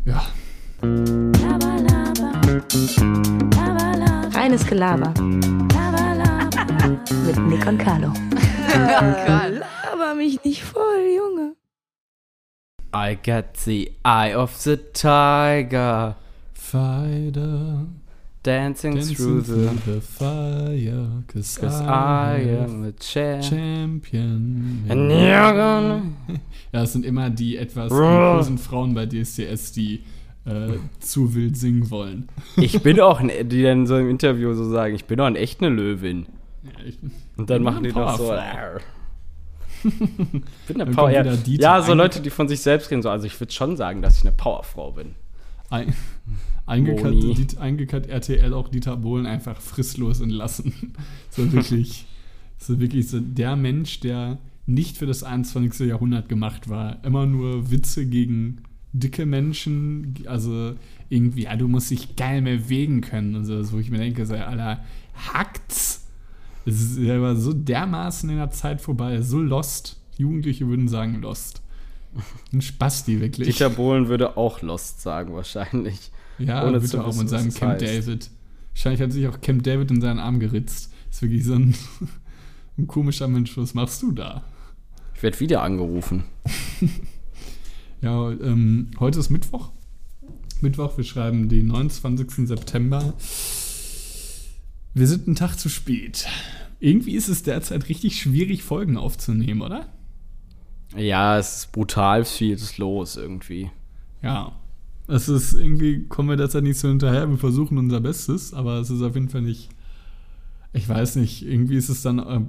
Ja. Laber, Laber. Laber, Laber. Reines Gelaber. Laber, Laber. Mit Nick und Carlo. Laber mich nicht voll, Junge. I got the eye of the tiger, Fighter, dancing through the fire, 'cause I I am a champion. And you're gonna... Ja, es sind immer die etwas großen Frauen bei DSDS, die zu wild singen wollen. Ich bin auch, die dann so im Interview so sagen, ich bin doch echt eine Löwin. Ja, Und dann bin machen eine die doch so... Powerfrau. Ich bin eine Dann Power... kommt Ja, wieder Dieter ja, so Leute, die von sich selbst reden, so. Also ich würde schon sagen, dass ich eine Powerfrau bin. Eingekackt RTL auch Dieter Bohlen einfach fristlos entlassen. So wirklich so der Mensch, der nicht für das 21. Jahrhundert gemacht war. Immer nur Witze gegen dicke Menschen, also irgendwie, ja, du musst dich geil mehr bewegen können und so, wo ich mir denke, so, Alter, hackt's. Er war so dermaßen in der Zeit vorbei, so lost. Jugendliche würden sagen lost. Ein Spasti, wirklich. Dieter Bohlen würde auch Lost sagen, wahrscheinlich. Ja, ohne würde zu auch wissen, und sagen was das Camp heißt. David. Wahrscheinlich hat sich auch Camp David in seinen Arm geritzt. Ist wirklich so ein komischer Mensch. Was machst du da? Ich werde wieder angerufen. Ja, heute ist Mittwoch. Wir schreiben den 29. September. Wir sind einen Tag zu spät. Irgendwie ist es derzeit richtig schwierig, Folgen aufzunehmen, oder? Ja, es ist brutal viel los irgendwie. Ja. Es ist irgendwie, kommen wir derzeit nicht so hinterher. Wir versuchen unser Bestes, aber es ist auf jeden Fall nicht. Ich weiß nicht, irgendwie ist es dann.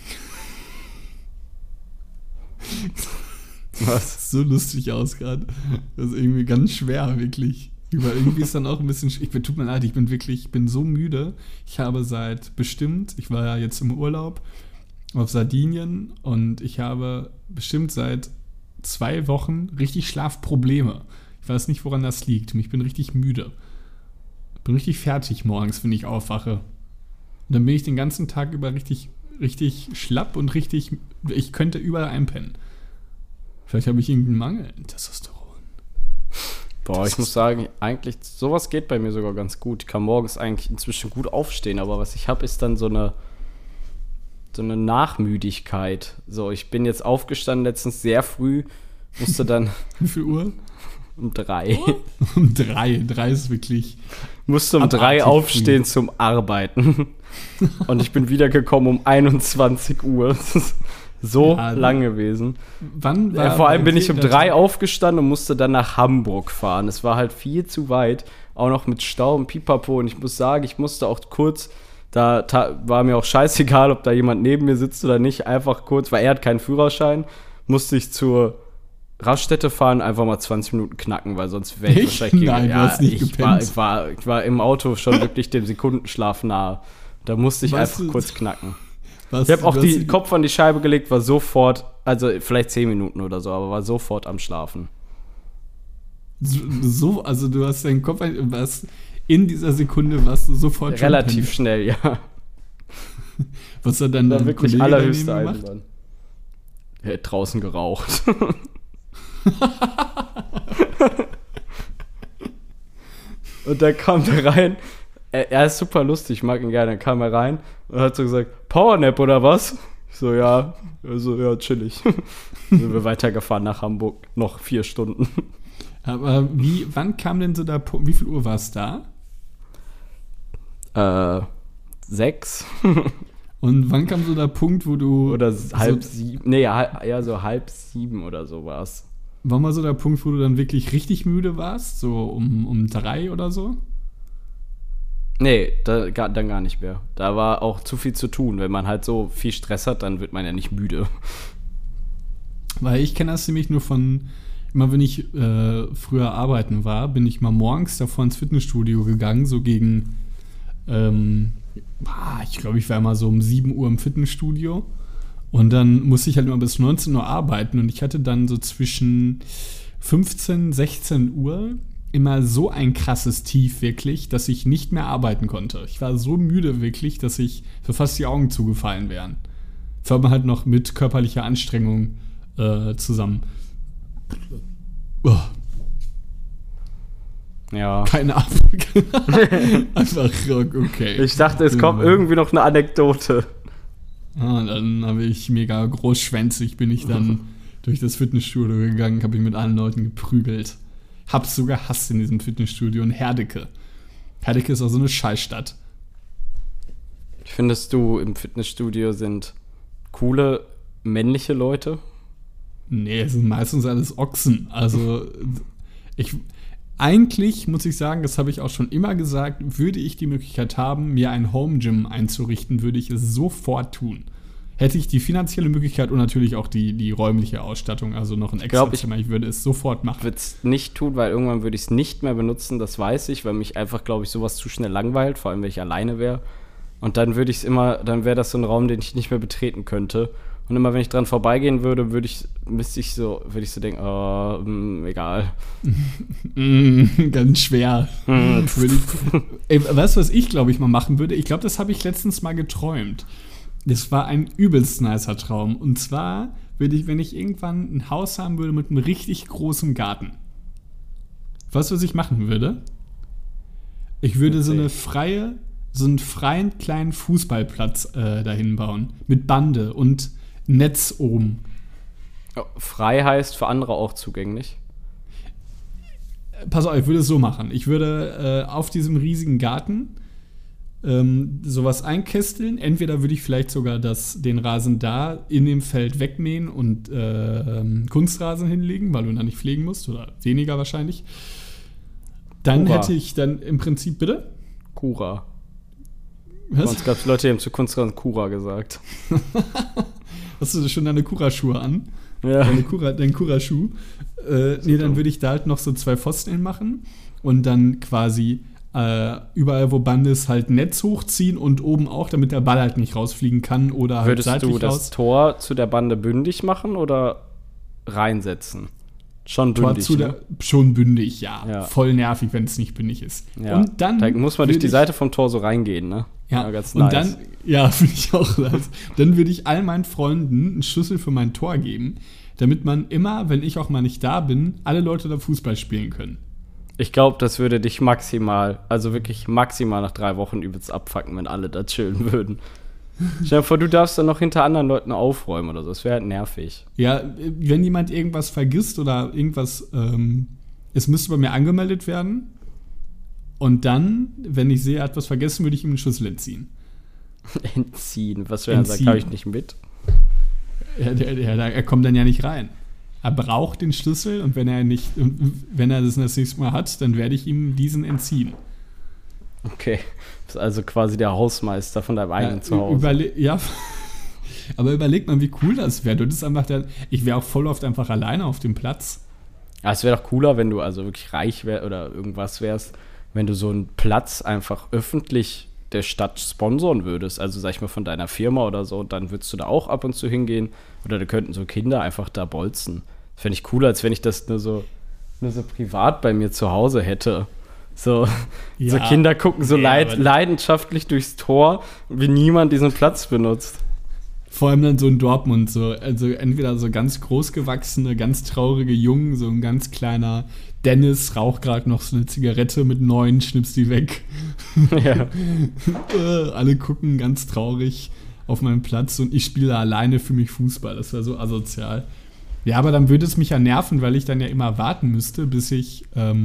Was? So lustig aus gerade. Das ist irgendwie ganz schwer, wirklich. Weil irgendwie ist dann auch ein bisschen. Tut mir leid, ich bin so müde. Ich war ja jetzt im Urlaub auf Sardinien und ich habe bestimmt seit 2 Wochen richtig Schlafprobleme. Ich weiß nicht, woran das liegt. Ich bin richtig müde. Bin richtig fertig morgens, wenn ich aufwache. Und dann bin ich den ganzen Tag über richtig schlapp und ich könnte überall einpennen. Vielleicht habe ich irgendeinen Mangel an Testosteron. Boah, ich muss sagen, eigentlich, sowas geht bei mir sogar ganz gut. Ich kann morgens eigentlich inzwischen gut aufstehen, aber was ich habe, ist dann so eine Nachmüdigkeit. So, ich bin jetzt aufgestanden letztens sehr früh, musste dann... Wie viel Uhr? Um 3. Um 3. 3 ist wirklich... Musste um 3 aufstehen zum Arbeiten. Und ich bin wiedergekommen um 21 Uhr. Das ist so lang gewesen. Wann war vor allem bin ich um 3 aufgestanden und musste dann nach Hamburg fahren. Es war halt viel zu weit. Auch noch mit Stau und Pipapo. Und ich muss sagen, ich musste auch kurz... Da war mir auch scheißegal, ob da jemand neben mir sitzt oder nicht. Einfach kurz, weil er hat keinen Führerschein, musste ich zur Raststätte fahren, einfach mal 20 Minuten knacken, weil sonst wäre ich wahrscheinlich Nein, du hast nicht gepennt. Ich war im Auto schon wirklich dem Sekundenschlaf nahe. Da musste ich einfach kurz knacken. Ich habe auch den Kopf an die Scheibe gelegt, war sofort, also vielleicht 10 Minuten oder so, aber war sofort am Schlafen. So, also du hast deinen Kopf, in dieser Sekunde warst du sofort schon relativ schnell, ja. Was hat dann war dein wirklich Kollege allerhöchste gemacht? Eisenbahn. Er hat draußen geraucht. Und dann kam der rein. Er ist super lustig, ich mag ihn gerne. Dann kam er rein und hat so gesagt, Powernap oder was? Ich so, ja. Also, ja, chillig. Dann sind wir weitergefahren nach Hamburg. Noch 4 Stunden. Aber wann kam denn so der Punkt, wie viel Uhr war es da? 6. Und wann kam so der Punkt, wo du... Oder 6:30. Nee, ja, so 6:30 oder so war es. War mal so der Punkt, wo du dann wirklich richtig müde warst? So um 3 oder so? Nee, dann gar nicht mehr. Da war auch zu viel zu tun. Wenn man halt so viel Stress hat, dann wird man ja nicht müde. Weil ich kenne das nämlich nur von... Immer wenn ich früher arbeiten war, bin ich mal morgens davor ins Fitnessstudio gegangen, so gegen... ich glaube, ich war mal so um 7 Uhr im Fitnessstudio. Und dann musste ich halt immer bis 19 Uhr arbeiten. Und ich hatte dann so zwischen 15, 16 Uhr immer so ein krasses Tief wirklich, dass ich nicht mehr arbeiten konnte. Ich war so müde wirklich, dass ich so fast die Augen zugefallen wären. Vor allem halt noch mit körperlicher Anstrengung zusammen. Oh. Ja. Keine Ahnung. Einfach okay. Ich dachte, es kommt irgendwie noch eine Anekdote. Dann habe ich mega großschwänzig, bin ich dann durch das Fitnessstudio gegangen, habe ich mit allen Leuten geprügelt. Hab's so gehasst in diesem Fitnessstudio in Herdecke. Herdecke ist auch so eine Scheißstadt. Findest du, im Fitnessstudio sind coole männliche Leute? Nee, es sind meistens alles Ochsen. Also, eigentlich muss ich sagen, das habe ich auch schon immer gesagt, würde ich die Möglichkeit haben, mir ein Home Gym einzurichten, würde ich es sofort tun. Hätte ich die finanzielle Möglichkeit und natürlich auch die räumliche Ausstattung, also noch ein extra Zimmer, ich würde es sofort machen. Ich würde es nicht tun, weil irgendwann würde ich es nicht mehr benutzen, das weiß ich, weil mich einfach, glaube ich, sowas zu schnell langweilt, vor allem wenn ich alleine wäre. Und dann dann wäre das so ein Raum, den ich nicht mehr betreten könnte. Und immer wenn ich dran vorbeigehen würde, würde ich so denken, egal. Ganz schwer. Weißt du, was ich, glaube ich, mal machen würde? Ich glaube, das habe ich letztens mal geträumt. Das war ein übelst nicer Traum. Und zwar würde ich, wenn ich irgendwann ein Haus haben würde mit einem richtig großen Garten. Weißt du, was ich machen würde? Ich würde so einen freien kleinen Fußballplatz dahin bauen. Mit Bande und Netz oben. Frei heißt für andere auch zugänglich. Pass auf, ich würde es so machen. Ich würde auf diesem riesigen Garten sowas einkästeln. Entweder würde ich vielleicht sogar den Rasen da in dem Feld wegmähen und Kunstrasen hinlegen, weil du ihn da nicht pflegen musst oder weniger wahrscheinlich. Dann hätte ich dann im Prinzip, bitte? Kura. Was? Sonst gab es Leute, die haben zu Kunstrasen Kura gesagt. Hast du schon deine Kura-Schuhe an? Ja. Dein Kura-Schuh. Dann würde ich da halt noch so 2 Pfosten hinmachen und dann quasi überall, wo Band ist, halt Netz hochziehen und oben auch, damit der Ball halt nicht rausfliegen kann oder halt Würdest seitlich du das Tor zu der Bande bündig machen oder reinsetzen? Schon bündig, schon bündig, ja. Ja. Voll nervig, wenn es nicht bündig ist. Ja. Und dann da muss man durch die Seite vom Tor so reingehen, ne? Ja, ganz und nice. dann, finde ich auch nice. Dann würde ich all meinen Freunden einen Schlüssel für mein Tor geben, damit man immer, wenn ich auch mal nicht da bin, alle Leute da Fußball spielen können. Ich glaube, das würde dich wirklich maximal nach 3 Wochen übelst abfucken, wenn alle da chillen würden. Stell dir vor, du darfst dann noch hinter anderen Leuten aufräumen oder so. Das wäre halt nervig. Ja, wenn jemand irgendwas vergisst oder irgendwas, es müsste bei mir angemeldet werden. Und dann, wenn ich sehe, er hat was vergessen, würde ich ihm einen Schlüssel entziehen. Entziehen? Was wäre sagt, habe ich nicht mit? Er kommt dann ja nicht rein. Er braucht den Schlüssel und wenn er das nächste Mal hat, dann werde ich ihm diesen entziehen. Okay. Das ist also quasi der Hausmeister von deinem eigenen Zuhause. Aber überleg mal, wie cool das wäre. Ich wäre auch voll oft einfach alleine auf dem Platz. Ja, es wäre doch cooler, wenn du also wirklich reich wärst oder irgendwas wärst, wenn du so einen Platz einfach öffentlich der Stadt sponsoren würdest. Also sag ich mal von deiner Firma oder so, dann würdest du da auch ab und zu hingehen. Oder da könnten so Kinder einfach da bolzen. Das fände ich cooler, als wenn ich das nur so privat bei mir zu Hause hätte. So Kinder gucken so leidenschaftlich durchs Tor, wie niemand diesen Platz benutzt. Vor allem dann so in Dortmund, also entweder so ganz großgewachsene, ganz traurige Jungen, so ein ganz kleiner Dennis raucht gerade noch so eine Zigarette mit 9, schnippst die weg. Ja. Alle gucken ganz traurig auf meinen Platz und ich spiele alleine für mich Fußball. Das wäre so asozial. Ja, aber dann würde es mich ja nerven, weil ich dann ja immer warten müsste, bis ich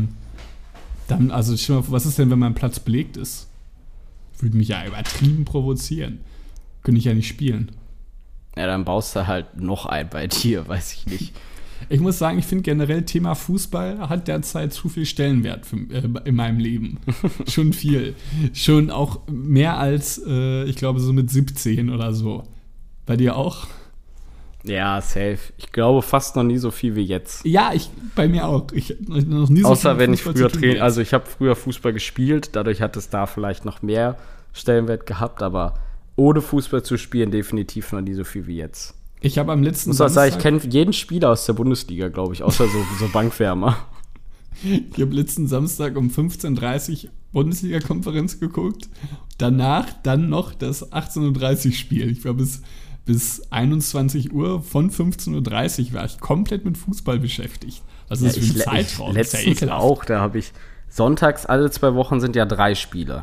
was ist denn, wenn mein Platz belegt ist? Würde mich ja übertrieben provozieren. Könnte ich ja nicht spielen. Ja, dann baust du halt noch ein bei dir, weiß ich nicht. Ich muss sagen, ich finde generell Thema Fußball hat derzeit zu viel Stellenwert in meinem Leben. Schon viel. Schon auch mehr als, ich glaube, so mit 17 oder so. Bei dir auch? Ja, safe. Ich glaube fast noch nie so viel wie jetzt. Ja, bei mir auch. Ich noch nie so außer wenn ich früher trainiere. Also ich habe früher Fußball gespielt, dadurch hat es da vielleicht noch mehr Stellenwert gehabt, aber ohne Fußball zu spielen definitiv noch nie so viel wie jetzt. Ich habe am letzten Samstag... Ich kenne jeden Spieler aus der Bundesliga, glaube ich, außer so Bankwärmer. Ich habe letzten Samstag um 15:30 Uhr Bundesliga-Konferenz geguckt. Danach dann noch das 18:30 Uhr Spiel. Ich war bis 21 Uhr von 15:30 Uhr war ich komplett mit Fußball beschäftigt. Was ist das für ein Zeitraum? Letztens auch, da habe ich sonntags alle 2 Wochen sind ja 3 Spiele.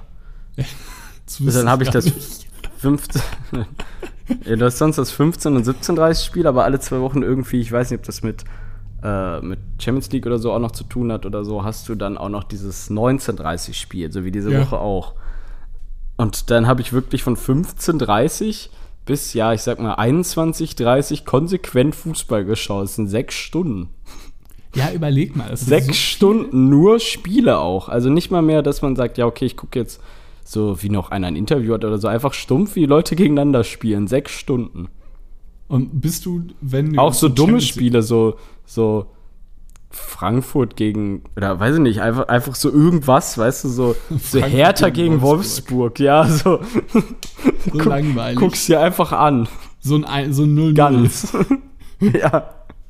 Dann habe ich das 15. Ja, du hast sonst das 15 und 17:30 Spiel, aber alle 2 Wochen irgendwie, ich weiß nicht, ob das mit Champions League oder so auch noch zu tun hat oder so, hast du dann auch noch dieses 19:30 Spiel, so wie diese Woche auch. Und dann habe ich wirklich von 15:30 bis, ja, ich sag mal 21:30 konsequent Fußball geschaut. Das sind 6 Stunden. Ja, überleg mal. 6 Stunden nur Spiele auch. Also nicht mal mehr, dass man sagt, ja, okay, ich gucke jetzt so, wie noch einer ein Interview hat oder so, einfach stumpf, wie Leute gegeneinander spielen. 6 Stunden. Und bist du, wenn du auch so dumme Spiele, so Frankfurt gegen, oder weiß ich nicht, einfach so irgendwas, weißt du, so Hertha gegen Wolfsburg, ja, so langweilig. Guck's dir einfach an. So ein 0-0. Ganz. Ja.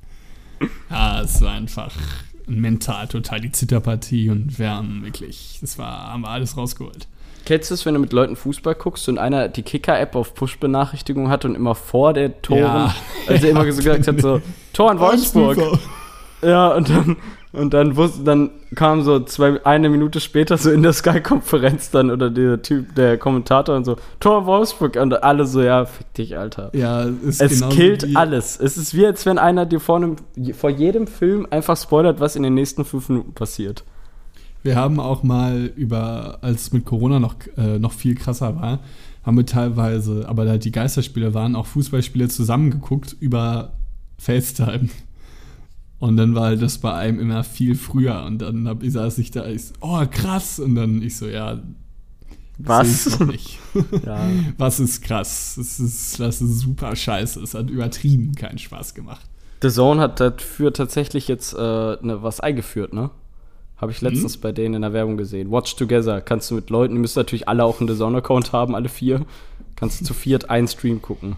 Ja, es war einfach mental total die Zitterpartie und wir haben wir alles rausgeholt. Kennst du es, wenn du mit Leuten Fußball guckst und einer die Kicker-App auf Push-Benachrichtigung hat und immer vor der Toren, also immer gesagt hat, so, Tor in Wolfsburg. Ja, und dann kam so eine Minute später so in der Sky-Konferenz dann, oder der Kommentator und so, Tor Wolfsburg, und alle so, ja, fick dich, Alter. Ja, es killt alles. Es ist wie, als wenn einer dir vor jedem Film einfach spoilert, was in den nächsten 5 Minuten passiert. Wir haben auch mal als es mit Corona noch viel krasser war, haben wir teilweise, aber da die Geisterspiele waren, auch Fußballspiele zusammengeguckt über FaceTime. Und dann war halt das bei einem immer viel früher. Und dann saß ich da, oh krass. Und dann ich so, ja, was? Noch nicht. Ja. Was ist krass? Das ist super scheiße. Es hat übertrieben keinen Spaß gemacht. The Zone hat dafür tatsächlich jetzt was eingeführt, ne? Habe ich letztens bei denen in der Werbung gesehen. Watch Together. Kannst du mit Leuten, die müssen natürlich alle auch einen The Zone-Account haben, alle 4. Kannst du zu 4 einen Stream gucken.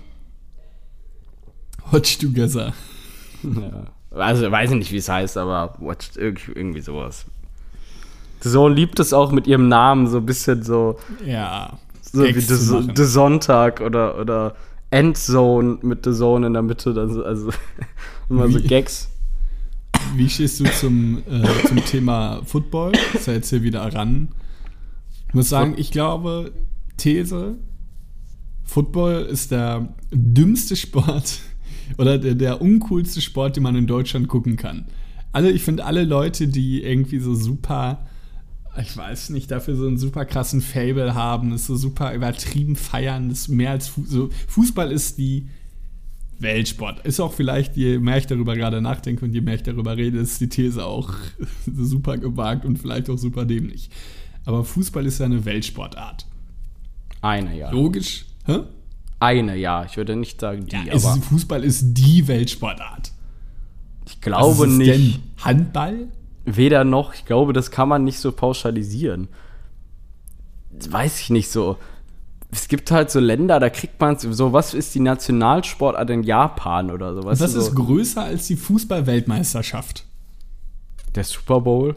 Watch Together. Ja. Also, weiß ich nicht, wie es heißt, aber Watch irgendwie sowas. The Zone liebt es auch mit ihrem Namen so ein bisschen so. Ja. So wie The Sonntag oder Endzone mit The Zone in der Mitte. Also immer so Gags. Wie stehst du zum Thema Football? Das ist ja jetzt hier wieder ran. Ich muss sagen, ich glaube, These, Football ist der dümmste Sport oder der uncoolste Sport, den man in Deutschland gucken kann. Ich finde alle Leute, die irgendwie so super, ich weiß nicht, dafür so einen super krassen Fable haben, das so super übertrieben feiern, das mehr als Fußball ist die Weltsport. Ist auch vielleicht, je mehr ich darüber gerade nachdenke und je mehr ich darüber rede, ist die These auch super gewagt und vielleicht auch super dämlich. Aber Fußball ist ja eine Weltsportart. Eine, ja. Logisch. Hä? Eine, ja. Ich würde nicht sagen die, aber Fußball ist die Weltsportart. Ich glaube nicht. Denn Handball? Weder noch. Ich glaube, das kann man nicht so pauschalisieren. Weiß ich nicht so. Es gibt halt so Länder, da kriegt man so, was ist die Nationalsportart in Japan oder sowas? Was ist größer als die Fußball-Weltmeisterschaft? Der Super Bowl.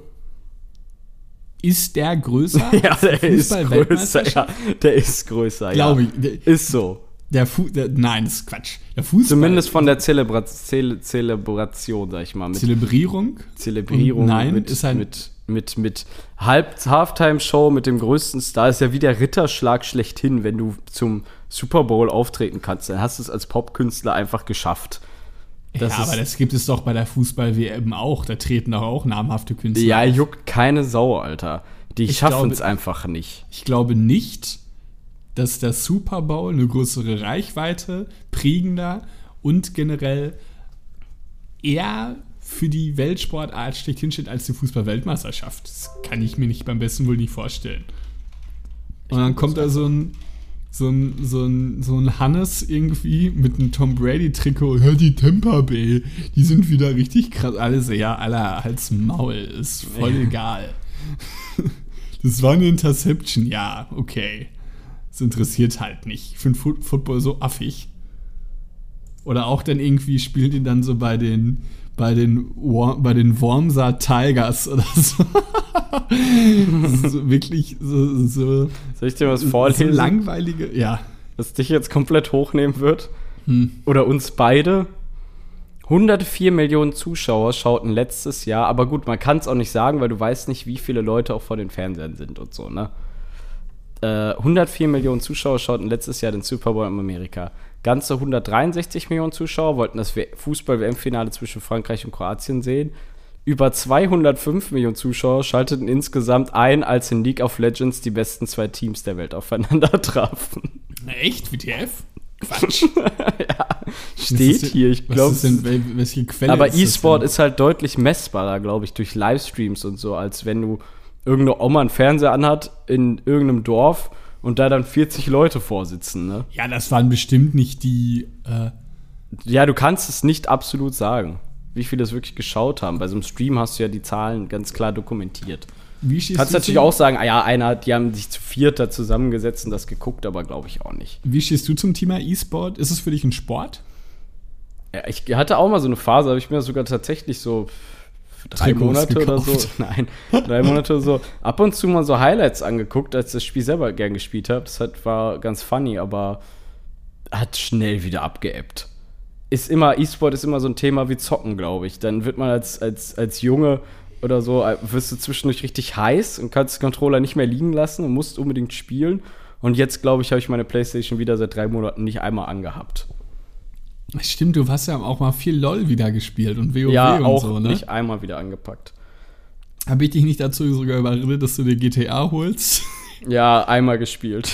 Ist der größer? Ja, der ist größer. Ja, der ist größer, glaube ja. Ich. Ist so. Nein, das ist Quatsch. Der Fußball, zumindest von der Zelebration, sag ich mal. Zelebrierung? Nein, mit Halftime-Show, mit dem größten Star. Ist ja wie der Ritterschlag schlechthin, wenn du zum Super Bowl auftreten kannst. Dann hast du es als Popkünstler einfach geschafft. Aber das gibt es doch bei der Fußball-WM auch. Da treten doch auch namhafte Künstler auf. Ja, juckt keine Sau, Alter. Die schaffen es einfach nicht. Ich glaube nicht, dass der Super Bowl eine größere Reichweite, prägender und generell eher für die Weltsportart schlechthin steht als die Fußball-Weltmeisterschaft. Das kann ich mir nicht beim besten wohl nicht vorstellen. Und dann kommt da so ein Hannes irgendwie mit einem Tom Brady-Trikot. Ja, die Tampa Bay, die sind wieder richtig krass. Alles, ja, aller Hals Maul, ist voll egal. Das war eine Interception, ja, okay. Das interessiert halt nicht. Ich finde Football so affig. Oder auch dann irgendwie spielen die dann so bei den Wormser Tigers oder so. So wirklich so. Soll ich dir was vorlesen? So langweilige, ja. Was dich jetzt komplett hochnehmen wird? Oder uns beide. 104 Millionen Zuschauer schauten letztes Jahr, aber gut, man kann es auch nicht sagen, weil du weißt nicht, wie viele Leute auch vor den Fernsehern sind und so, ne? 104 Millionen Zuschauer schauten letztes Jahr den Super Bowl in Amerika. Ganze 163 Millionen Zuschauer wollten das Fußball-WM-Finale zwischen Frankreich und Kroatien sehen. Über 205 Millionen Zuschauer schalteten insgesamt ein, als in League of Legends die besten 2 Teams der Welt aufeinander trafen. Echt? WTF? Quatsch. Ja, steht hier, ich glaube. Welche Quelle aber ist das E-Sport denn? ist halt deutlich messbarer, glaube ich, durch Livestreams und so, als wenn du irgendeine Oma einen Fernseher anhat in irgendeinem Dorf und da dann 40 Leute vorsitzen, ne? Ja, das waren bestimmt nicht die. Ja, du kannst es nicht absolut sagen, wie viele es wirklich geschaut haben. Bei so einem Stream hast du ja die Zahlen ganz klar dokumentiert. Wie stehst Kannst du natürlich auch sagen, die haben sich zu 4 da zusammengesetzt und das geguckt, aber glaube ich auch nicht. Wie stehst du zum Thema E-Sport? Ist es für dich ein Sport? Ja, ich hatte auch mal so eine Phase, habe ich mir das sogar tatsächlich so für 3 Trikots Monate gekauft. oder so, 3 Monate oder so, ab und zu mal so Highlights angeguckt, als ich das Spiel selber gern gespielt habe. Das war ganz funny, aber hat schnell wieder abgeebbt. E-Sport ist immer so ein Thema wie Zocken, glaube ich. Dann wird man als Junge oder so, wirst du zwischendurch richtig heiß und kannst den Controller nicht mehr liegen lassen und musst unbedingt spielen. Und jetzt, glaube ich, habe ich meine Playstation wieder seit 3 Monaten nicht einmal angehabt. Stimmt, du hast ja auch mal viel LOL wieder gespielt und WoW Ja, und auch so, ne? nicht einmal wieder angepackt. Habe ich dich nicht dazu sogar überredet, dass du dir GTA holst? Ja, einmal gespielt.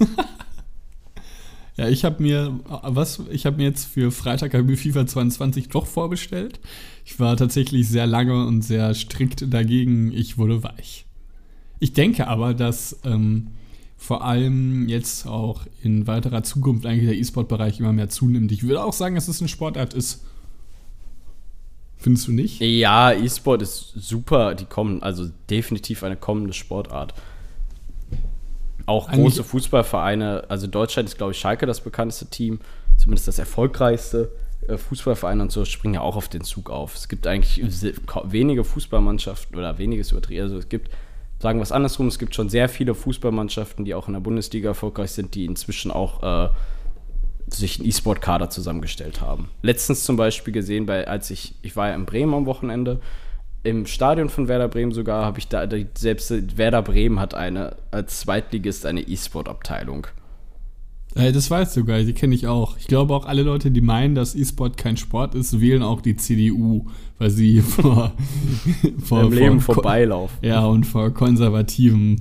Ja, ich habe mir jetzt für Freitag FIFA 22 doch vorbestellt. Ich war tatsächlich sehr lange und sehr strikt dagegen. Ich wurde weich. Ich denke aber, dass vor allem jetzt auch in weiterer Zukunft eigentlich der E-Sport-Bereich immer mehr zunimmt. Ich würde auch sagen, dass es eine Sportart ist. Findest du nicht? Ja, E-Sport ist super. Also definitiv eine kommende Sportart. Auch Eigentlich große Fußballvereine, also in Deutschland ist, glaube ich, Schalke das bekannteste Team, zumindest das erfolgreichste Fußballvereine und so, springen ja auch auf den Zug auf. Es gibt eigentlich wenige Fußballmannschaften oder weniges übertrieben, also sagen wir es andersrum, es gibt schon sehr viele Fußballmannschaften, die auch in der Bundesliga erfolgreich sind, die inzwischen auch sich einen E-Sport-Kader zusammengestellt haben. Letztens zum Beispiel gesehen, ich war ja in Bremen am Wochenende, im Stadion von Werder Bremen sogar, habe ich selbst Werder Bremen hat als Zweitligist eine E-Sport-Abteilung. Das weiß ich sogar, die kenne ich auch. Ich glaube auch alle Leute, die meinen, dass E-Sport kein Sport ist, wählen auch die CDU, weil sie vor Leben vorbeilaufen. Ja, und vor konservativen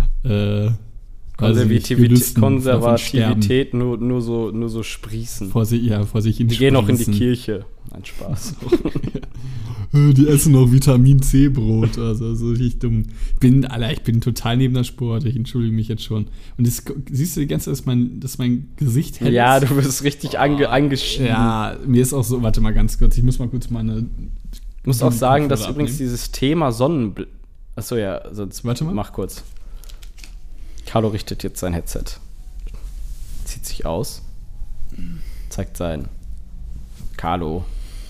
Konservativität nur so sprießen. Vor sich hin. Die gehen auch in die Kirche. Ein Spaß. Die essen noch Vitamin C-Brot. Also so richtig dumm. Ich bin total neben der Sport. Ich entschuldige mich jetzt schon. Und siehst du die ganze Zeit, dass mein Gesicht hell ist? Ja, du wirst richtig angeschieden. Ja, mir ist auch so, warte mal ganz kurz. Ich muss mal kurz meine. Ich muss auch sagen, dass übrigens dieses Thema Sonnenblick. Achso, ja, sonst warte mal. Mach kurz. Carlo richtet jetzt sein Headset. Zieht sich aus. Zeigt sein. Carlo,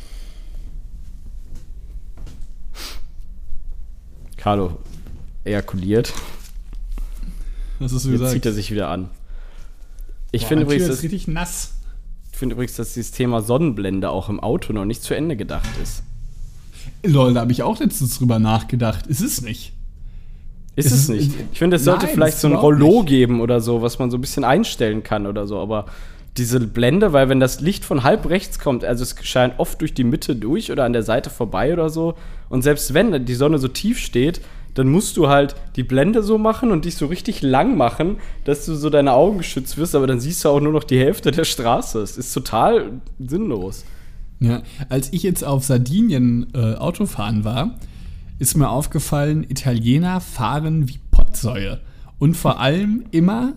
ejakuliert. Was hast du Jetzt gesagt? zieht er sich wieder an. Ich Boah, finde mein Tür übrigens, ist richtig nass. dass dieses Thema Sonnenblende auch im Auto noch nicht zu Ende gedacht ist. Lol, da habe ich auch letztens drüber nachgedacht. Ist es nicht? Ist es nicht? Ich finde, es sollte Nein, vielleicht ist so ein überhaupt Rollo nicht. geben oder so, was man so ein bisschen einstellen kann oder so, aber diese Blende, weil wenn das Licht von halb rechts kommt, also es scheint oft durch die Mitte durch oder an der Seite vorbei oder so, und selbst wenn die Sonne so tief steht, dann musst du halt die Blende so machen und dich so richtig lang machen, dass du so deine Augen geschützt wirst, aber dann siehst du auch nur noch die Hälfte der Straße. Es ist total sinnlos. Ja, als ich jetzt auf Sardinien Autofahren war, ist mir aufgefallen, Italiener fahren wie Pottsäue. Und vor allem immer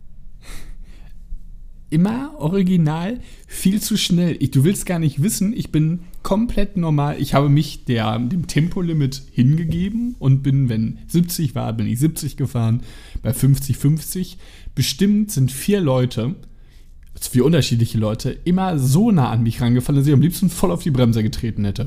original viel zu schnell. Du willst gar nicht wissen, ich bin komplett normal. Ich habe mich dem Tempolimit hingegeben und wenn 70 war, bin ich 70 gefahren. Bei 50. Bestimmt sind 4 Leute, 4 unterschiedliche Leute, immer so nah an mich rangefahren, dass ich am liebsten voll auf die Bremse getreten hätte.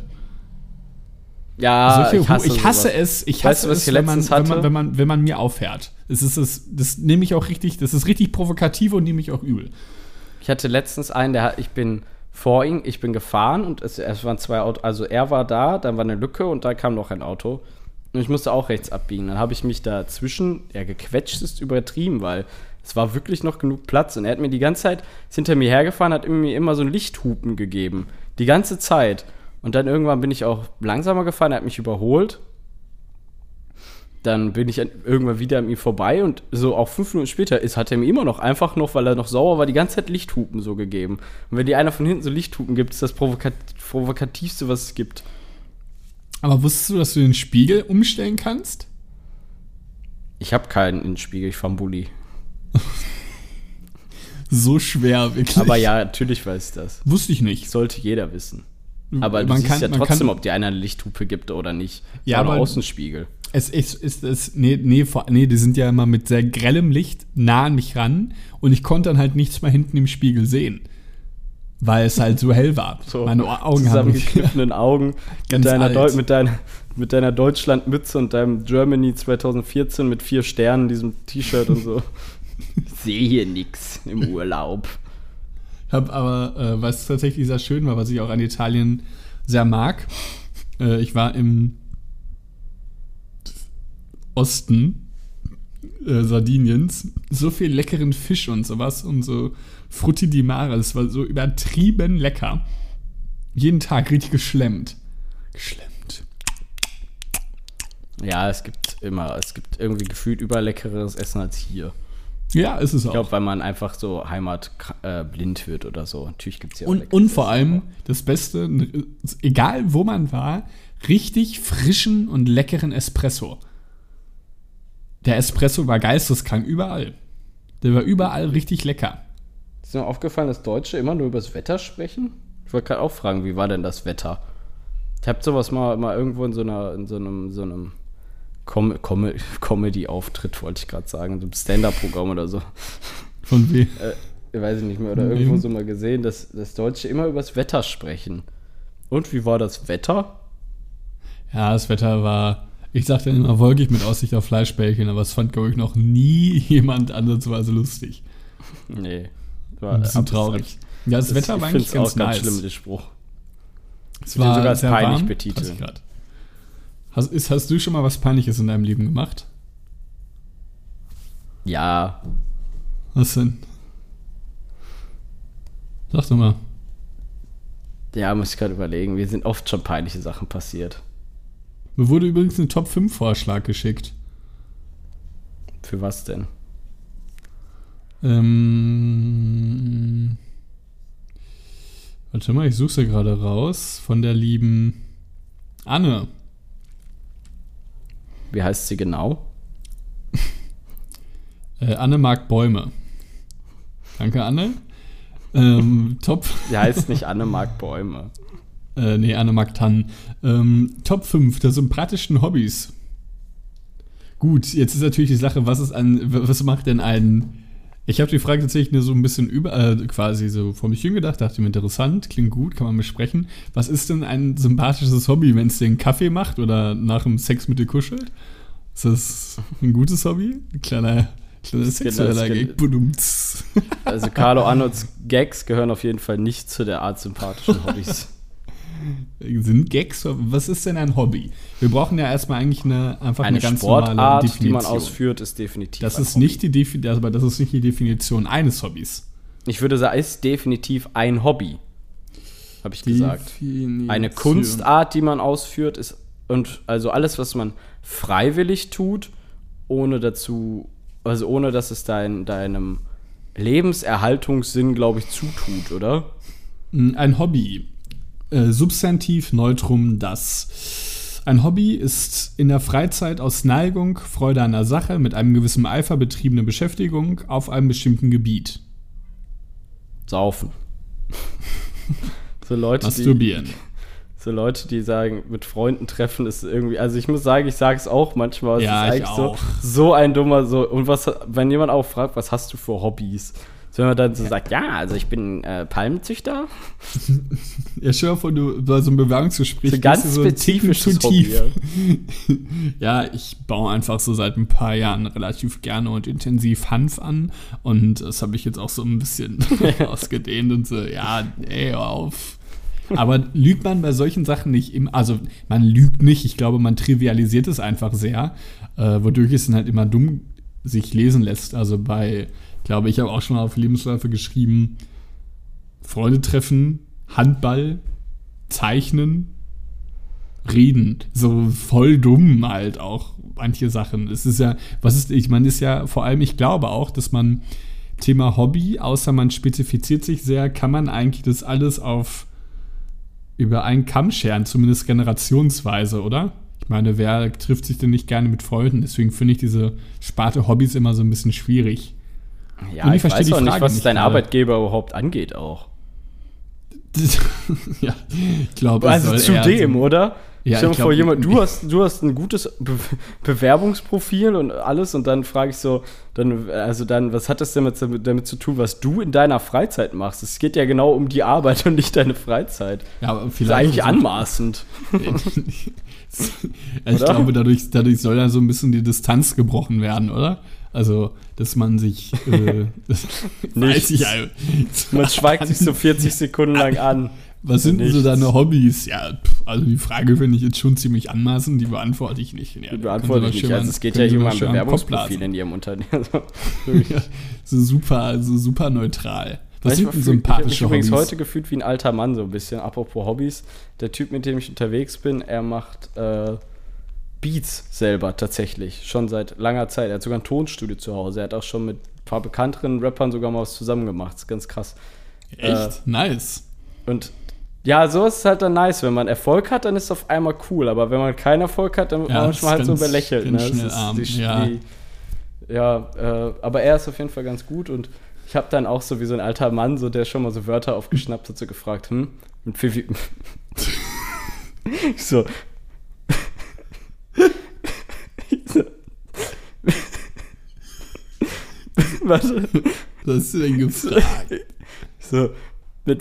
Ja, ich hasse es, wenn man mir auffährt. Das nehme ich auch richtig, das ist richtig provokativ und nehme ich auch übel. Ich hatte letztens einen, ich bin vor ihm, ich bin gefahren und es waren 2 Autos, also er war da, dann war eine Lücke und da kam noch ein Auto. Und ich musste auch rechts abbiegen. Dann habe ich mich dazwischen, gequetscht ist übertrieben, weil es war wirklich noch genug Platz. Und er hat mir die ganze Zeit, ist hinter mir hergefahren, hat mir immer so einen Lichthupen gegeben. Die ganze Zeit. Und dann irgendwann bin ich auch langsamer gefahren, er hat mich überholt. Dann bin ich irgendwann wieder an ihm vorbei und so auch 5 Minuten später hat er mir immer noch, einfach noch, weil er noch sauer war, die ganze Zeit Lichthupen so gegeben. Und wenn dir einer von hinten so Lichthupen gibt, ist das provokativste, was es gibt. Aber wusstest du, dass du den Spiegel umstellen kannst? Ich habe keinen Innenspiegel, ich fahre einen Bulli. So schwer, wirklich. Aber ja, natürlich weiß ich das. Wusste ich nicht. Sollte jeder wissen. Aber du siehst ja trotzdem, ob dir einer eine Lichthupe gibt oder nicht. Ja, oder aber Außenspiegel. Die sind ja immer mit sehr grellem Licht nah an mich ran und ich konnte dann halt nichts mehr hinten im Spiegel sehen. Weil es halt so hell war. So, meine Augen zusammengekniffenen Augen Ganz mit deiner Deutschlandmütze und deinem Germany 2014 mit 4 Sternen, diesem T-Shirt und so. Ich sehe hier nix im Urlaub. Hab aber, was tatsächlich sehr schön war, was ich auch an Italien sehr mag, ich war im Osten Sardiniens, so viel leckeren Fisch und sowas und so Frutti di Mare, das war so übertrieben lecker. Jeden Tag richtig geschlemmt. Ja, es gibt irgendwie gefühlt leckereres Essen als hier. Ja, ist es auch. Ich glaube, weil man einfach so heimatblind wird oder so. Natürlich gibt es ja auch und vor allem das Beste, egal wo man war, richtig frischen und leckeren Espresso. Der Espresso war geisteskrank überall. Der war überall richtig lecker. Ist dir aufgefallen, dass Deutsche immer nur über das Wetter sprechen? Ich wollte gerade auch fragen, wie war denn das Wetter? Ich habe sowas mal irgendwo in so einem Comedy-Auftritt, wollte ich gerade sagen, in so einem Stand-Up-Programm oder so. Von wem? Weiß ich nicht mehr, oder irgendwo so mal gesehen, dass Deutsche immer über das Wetter sprechen. Und wie war das Wetter? Ja, das Wetter war, ich sagte immer, wolkig mit Aussicht auf Fleischbällchen, aber es fand, glaube ich, noch nie jemand ansatzweise lustig. Nee. War ein bisschen traurig. Ja, das Wetter war eigentlich ganz nice. Ganz schlimm, der Spruch. Es war sogar sehr peinlich warm, betiteln. Hast du schon mal was Peinliches in deinem Leben gemacht? Ja. Was denn? Sag doch mal. Ja, muss ich gerade überlegen. Mir sind oft schon peinliche Sachen passiert. Mir wurde übrigens ein Top-5-Vorschlag geschickt. Für was denn? Warte mal, ich suche sie gerade raus. Von der lieben Anne. Wie heißt sie genau? Anne mag Bäume. Danke, Anne. Top. Sie heißt nicht Anne mag Bäume. Nee, Anne mag Tannen. Top 5 der sympathischen Hobbys. Gut, jetzt ist natürlich die Sache, was macht denn ein... Ich habe die Frage tatsächlich nur so ein bisschen quasi so vor mich hingedacht, dachte mir, interessant, klingt gut, kann man besprechen. Was ist denn ein sympathisches Hobby, wenn es dir einen Kaffee macht oder nach dem Sex mit dir kuschelt? Ist das ein gutes Hobby? Ein kleiner sexueller Gag. Also Carlo Arnolds Gags gehören auf jeden Fall nicht zu der Art sympathischen Hobbys. Sind Gags? Was ist denn ein Hobby? Wir brauchen ja erstmal eigentlich eine ganz Sportart, normale Definition. die man ausführt, ist definitiv das ist nicht die Definition eines Hobbys. Ich würde sagen, ist definitiv ein Hobby, habe ich gesagt. Eine Kunstart, die man ausführt, ist und also alles, was man freiwillig tut, ohne dass es deinem Lebenserhaltungssinn, glaube ich, zutut, oder? Ein Hobby. Substantiv, Neutrum, das. Ein Hobby ist in der Freizeit aus Neigung, Freude an der Sache, mit einem gewissen Eifer betriebene Beschäftigung auf einem bestimmten Gebiet. Saufen. Masturbieren. So Leute, die sagen, mit Freunden treffen ist irgendwie, also ich muss sagen, ich sage es auch manchmal, es ist eigentlich so ein dummer, und wenn jemand auch fragt, was hast du für Hobbys? So, wenn man dann so sagt, ja, also ich bin Palmenzüchter. Ja, stell dir vor, du bei so einem Bewerbungsgespräch So ganz gehst du so einen Ticken spezifisches Hobby. Ja, ich baue einfach so seit ein paar Jahren relativ gerne und intensiv Hanf an und das habe ich jetzt auch so ein bisschen ausgedehnt und so, ja, ey, hör auf. Aber lügt man bei solchen Sachen nicht immer, also man lügt nicht, ich glaube, man trivialisiert es einfach sehr, wodurch es dann halt immer dumm sich lesen lässt. Also ich glaube, ich habe auch schon mal auf Lebensläufe geschrieben, Freunde treffen, Handball, Zeichnen, Reden. So voll dumm halt auch manche Sachen. Es ist ja, ich meine, ist ja vor allem, ich glaube auch, dass man Thema Hobby, außer man spezifiziert sich sehr, kann man eigentlich das alles über einen Kamm scheren, zumindest generationsweise, oder? Ich meine, wer trifft sich denn nicht gerne mit Freunden? Deswegen finde ich diese Sparte Hobbys immer so ein bisschen schwierig. Ja, ich weiß auch nicht, was dein Arbeitgeber überhaupt angeht auch. Ja, ich glaube, also zudem, so, oder? Ja, Stell dir vor, du hast ein gutes Bewerbungsprofil und alles und dann frage ich so, was hat das denn damit zu tun, was du in deiner Freizeit machst? Es geht ja genau um die Arbeit und nicht deine Freizeit. Ja, aber vielleicht das ist eigentlich anmaßend. Ich glaube, dadurch soll da so ein bisschen die Distanz gebrochen werden, oder? Also, dass man sich man schweigt sich so 40 Sekunden lang an. Was sind denn so deine Hobbys? Ja, also die Frage finde ich jetzt schon ziemlich anmaßend, die beantworte ich nicht. Ja, die beantworte ich nicht. Also es geht ja hier um ein Bewerbungsprofil in ihrem Unternehmen. Ja, so super neutral. Was sind denn sympathische Hobbys? Ich habe mich übrigens heute gefühlt wie ein alter Mann so ein bisschen. Apropos Hobbys. Der Typ, mit dem ich unterwegs bin, er macht Beats selber tatsächlich. Schon seit langer Zeit. Er hat sogar ein Tonstudio zu Hause. Er hat auch schon mit ein paar bekannteren Rappern sogar mal was zusammen gemacht. Das ist ganz krass. Echt? Nice. Und ja, so ist es halt dann nice. Wenn man Erfolg hat, dann ist es auf einmal cool. Aber wenn man keinen Erfolg hat, dann wird man manchmal halt so belächelt. Ne? Schnell arm. Aber er ist auf jeden Fall ganz gut. Und ich habe dann auch so wie so ein alter Mann, so der schon mal so Wörter aufgeschnappt hat, so gefragt, mit wie so. Warte. Was hast du denn gefragt? So, mit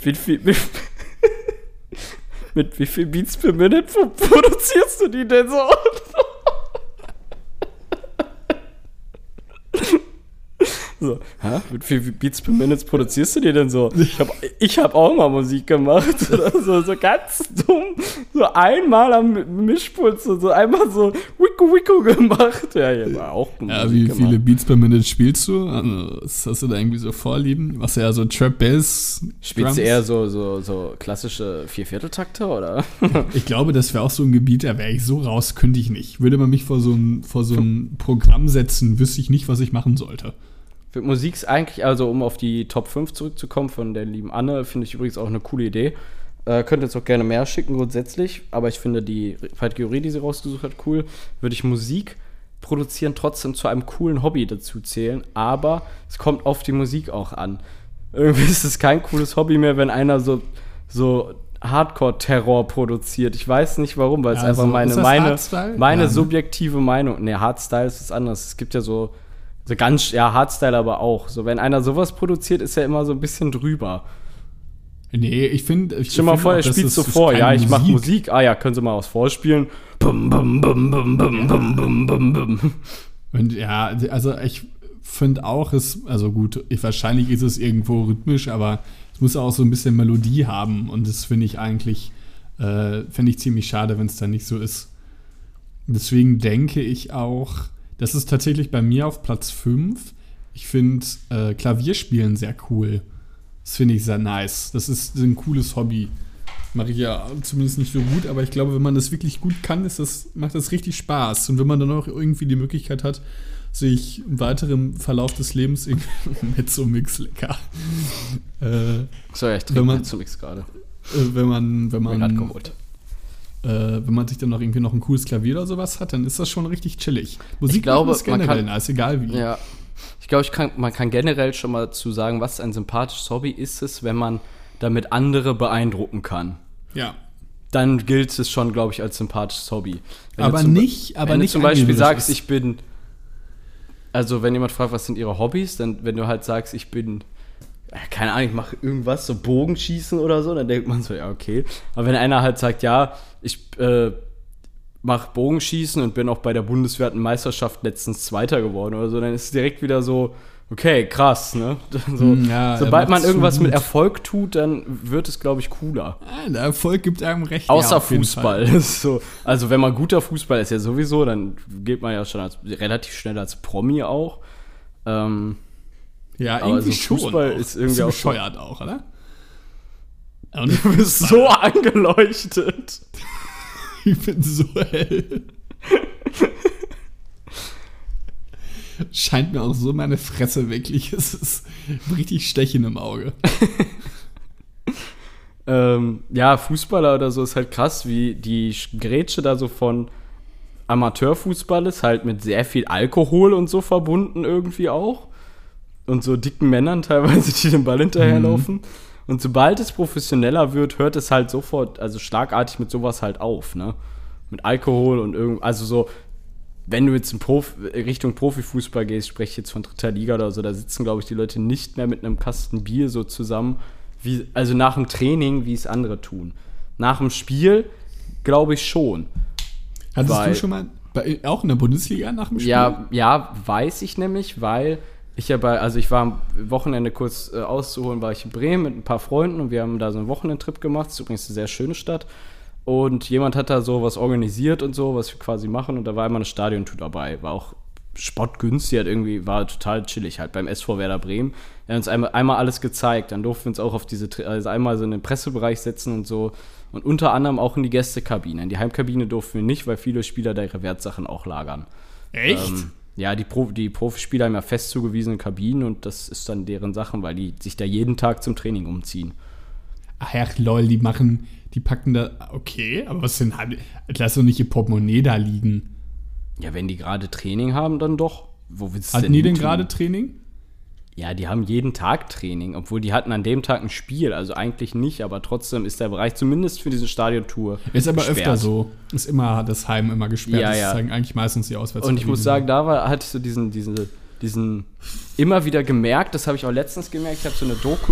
wie viel Beats per Minute produzierst du die denn so? So, mit wie viel Beats per Minute produzierst du die denn so? Ich hab auch mal Musik gemacht. Oder so ganz dumm. So einmal am Mischpult, so einmal so Wicko gemacht. Ja, ich hab auch Musik wie gemacht. Viele Beats per Minute spielst du? Also, hast du da irgendwie so Vorlieben? Was ja so Trap-Bass? Spielst du eher so klassische Viervierteltakte, oder? Ich glaube, das wäre auch so ein Gebiet, da wäre ich so raus, könnte ich nicht. Würde man mich vor so ein Programm setzen, wüsste ich nicht, was ich machen sollte. Für Musik ist eigentlich, also um auf die Top 5 zurückzukommen von der lieben Anne, finde ich übrigens auch eine coole Idee. Könnt jetzt auch gerne mehr schicken grundsätzlich, aber ich finde die Kategorie, die sie rausgesucht hat, cool. Würde ich Musik produzieren trotzdem zu einem coolen Hobby dazu zählen, aber es kommt auf die Musik auch an. Irgendwie ist es kein cooles Hobby mehr, wenn einer so Hardcore-Terror produziert. Ich weiß nicht warum, weil es einfach meine subjektive Meinung. Ne, Hardstyle ist was anderes. Es gibt ja so ganz, ja, Hardstyle aber auch. So, wenn einer sowas produziert, ist er immer so ein bisschen drüber. Nee, ich finde. Stell mal vor, er spielt so vor. Ja, ich mache Musik. Ah ja, können Sie mal was vorspielen? Bum, bum, bum, bum, bum, bum, bum, bum, bum. Und ja, also ich finde auch, wahrscheinlich ist es irgendwo rhythmisch, aber es muss auch so ein bisschen Melodie haben. Und das finde ich eigentlich, ziemlich schade, wenn es dann nicht so ist. Deswegen denke ich auch, das ist tatsächlich bei mir auf Platz 5. Ich finde Klavierspielen sehr cool. Das finde ich sehr nice. Das ist ein cooles Hobby. Mache ich ja zumindest nicht so gut, aber ich glaube, wenn man das wirklich gut kann, macht das richtig Spaß. Und wenn man dann auch irgendwie die Möglichkeit hat, sich im weiteren Verlauf des Lebens Mezzomix lecker. Ich trinke Mezzomix gerade. Wenn man geholt. Wenn man sich dann noch irgendwie noch ein cooles Klavier oder sowas hat, dann ist das schon richtig chillig. Musik ist generell nice, egal wie. Ja, ich glaube, man kann generell schon mal dazu sagen, was ein sympathisches Hobby ist, wenn man damit andere beeindrucken kann. Ja. Dann gilt es schon, glaube ich, als sympathisches Hobby. Wenn du zum Beispiel sagst, wenn jemand fragt, was sind ihre Hobbys, dann, wenn du halt sagst, ich bin keine Ahnung, ich mache irgendwas, so Bogenschießen oder so, dann denkt man so, ja, okay. Aber wenn einer halt sagt, ja, ich mache Bogenschießen und bin auch bei der bundesweiten Meisterschaft letztens Zweiter geworden oder so, dann ist es direkt wieder so, okay, krass, ne? So, Ja, sobald man irgendwas schon mit gut. Erfolg tut, dann wird es, glaube ich, cooler. Der Erfolg gibt einem recht. Außer ja, auf jeden Fußball. Fall. Das ist so, also wenn man guter Fußball ist, ja sowieso, dann geht man ja schon relativ schnell als Promi auch. Ja, Aber irgendwie so schon. Fußball auch. ist irgendwie auch so- bescheuert auch, oder? Und Du bist so angeleuchtet. ich bin so hell. Scheint mir auch so meine Fresse wirklich. Es ist richtig Stechen im Auge. Ja, Fußballer oder so ist halt krass, wie die Grätsche da so von Amateurfußball ist, halt mit sehr viel Alkohol und so verbunden irgendwie auch. Und so dicken Männern teilweise, die den Ball hinterherlaufen. Und sobald es professioneller wird, hört es halt sofort, also schlagartig mit sowas halt auf, ne? Mit Alkohol und also so, wenn du jetzt in Richtung Profifußball gehst, spreche ich jetzt von dritter Liga oder so, da sitzen, glaube ich, die Leute nicht mehr mit einem Kasten Bier so zusammen, also nach dem Training, wie es andere tun. Nach dem Spiel, glaube ich schon. Hattest Weil- du schon mal auch in der Bundesliga nach dem Spiel? Ja, weiß ich nämlich, weil ich ich war am Wochenende kurz auszuholen, war ich in Bremen mit ein paar Freunden und wir haben da so einen Wochenendtrip gemacht. Das ist übrigens eine sehr schöne Stadt. Und jemand hat da so was organisiert und so, was wir quasi machen. Und da war immer eine Stadiontour dabei. War auch spottgünstig, war total chillig halt beim SV Werder Bremen. Er hat uns einmal alles gezeigt. Dann durften wir uns auch auf also einmal so in den Pressebereich setzen und so. Und unter anderem auch in die Gästekabine. In die Heimkabine durften wir nicht, weil viele Spieler da ihre Wertsachen auch lagern. Echt? Ja, die Profispieler haben ja fest zugewiesene Kabinen und das ist dann deren Sachen, weil die sich da jeden Tag zum Training umziehen. Ach ja, lol, die packen da, okay, aber was denn, lass doch nicht ihr Portemonnaie da liegen. Ja, wenn die gerade Training haben, dann doch. Wo willst du Hatten die denn hin tun? gerade Training? Ja, die haben jeden Tag Training, obwohl die hatten an dem Tag ein Spiel, also eigentlich nicht, aber trotzdem ist der Bereich zumindest für diese Stadiontour Ist aber gesperrt. öfter so. Ist immer das Heim immer gesperrt. Ja, Das ja. zeigen eigentlich meistens die Auswärts. Und ich muss sagen, hatte ich so diesen immer wieder gemerkt, das habe ich auch letztens gemerkt, ich habe so eine Doku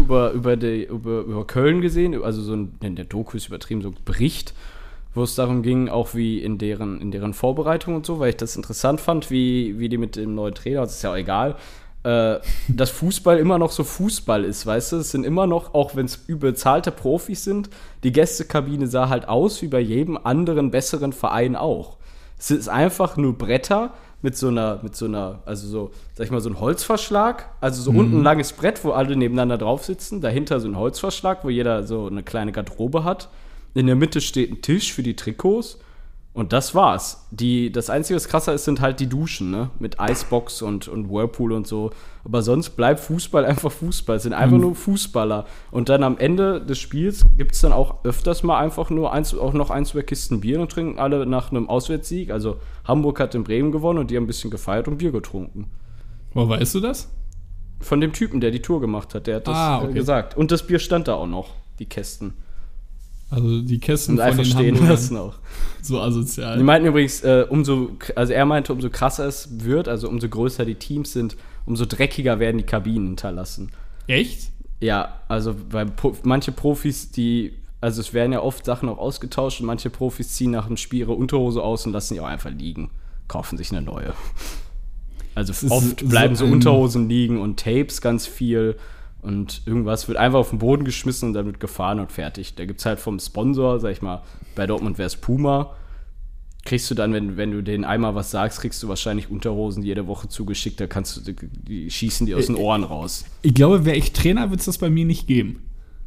über Köln gesehen, also der Doku ist übertrieben, so ein Bericht, wo es darum ging, auch wie in deren Vorbereitung und so, weil ich das interessant fand, wie die mit dem neuen Trainer, das ist ja auch egal, dass Fußball immer noch so Fußball ist, weißt du? Es sind immer noch, auch wenn es überzahlte Profis sind, die Gästekabine sah halt aus wie bei jedem anderen besseren Verein auch. Es ist einfach nur Bretter mit so einer, also so, sag ich mal, so ein Holzverschlag, also so unten ein langes Brett, wo alle nebeneinander drauf sitzen, dahinter so ein Holzverschlag, wo jeder so eine kleine Garderobe hat. In der Mitte steht ein Tisch für die Trikots. Und das war's. Das Einzige, was krasser ist, sind halt die Duschen, ne? Mit Icebox und Whirlpool und so. Aber sonst bleibt Fußball einfach Fußball. Es sind einfach nur Fußballer. Und dann am Ende des Spiels gibt's dann auch öfters mal einfach nur noch 1, 2 Kisten Bier und trinken alle nach einem Auswärtssieg. Also Hamburg hat in Bremen gewonnen und die haben ein bisschen gefeiert und Bier getrunken. Woher weißt du das? Von dem Typen, der die Tour gemacht hat, der hat das okay. gesagt. Und das Bier stand da auch noch, die Kästen. Also die Kästen Und einfach den stehen Hamburgern, lassen auch. so asozial. Die meinten übrigens, er meinte, umso krasser es wird, also umso größer die Teams sind, umso dreckiger werden die Kabinen hinterlassen. Echt? Ja, also weil manche Profis, also es werden ja oft Sachen auch ausgetauscht und manche Profis ziehen nach dem Spiel ihre Unterhose aus und lassen die auch einfach liegen, kaufen sich eine neue. Also ist oft bleiben so so ein- Unterhosen liegen und Tapes ganz viel und irgendwas wird einfach auf den Boden geschmissen und dann wird gefahren und fertig. Da gibt es halt vom Sponsor, sag ich mal, bei Dortmund wäre es Puma, kriegst du dann, wenn du denen einmal was sagst, kriegst du wahrscheinlich Unterhosen jede Woche zugeschickt, da die schießen die aus den Ohren raus. Ich glaube, wäre ich Trainer, würde es das bei mir nicht geben.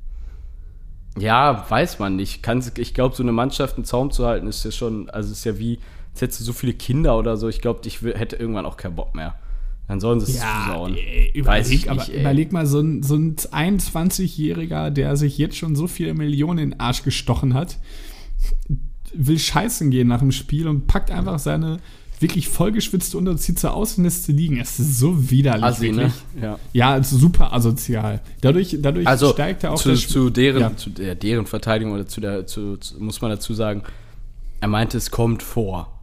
Ja, weiß man nicht. Ich glaube, so eine Mannschaft im Zaum zu halten, ist ja schon, also ist ja wie, als hättest du so viele Kinder oder so, ich glaube, hätte irgendwann auch keinen Bock mehr. Dann sollen sie es zusauen. Weiß ich nicht, ey. Überleg mal, so ein 21-Jähriger, der sich jetzt schon so viele Millionen in den Arsch gestochen hat, will scheißen gehen nach dem Spiel und packt einfach seine wirklich vollgeschwitzte Unterzieher aus und lässt sie liegen. Es ist so widerlich, Assi, ne? wirklich. Ja. Ja, also super asozial. Dadurch Also steigt er auch zu Ja. deren Verteidigung oder muss man dazu sagen, er meinte, es kommt vor.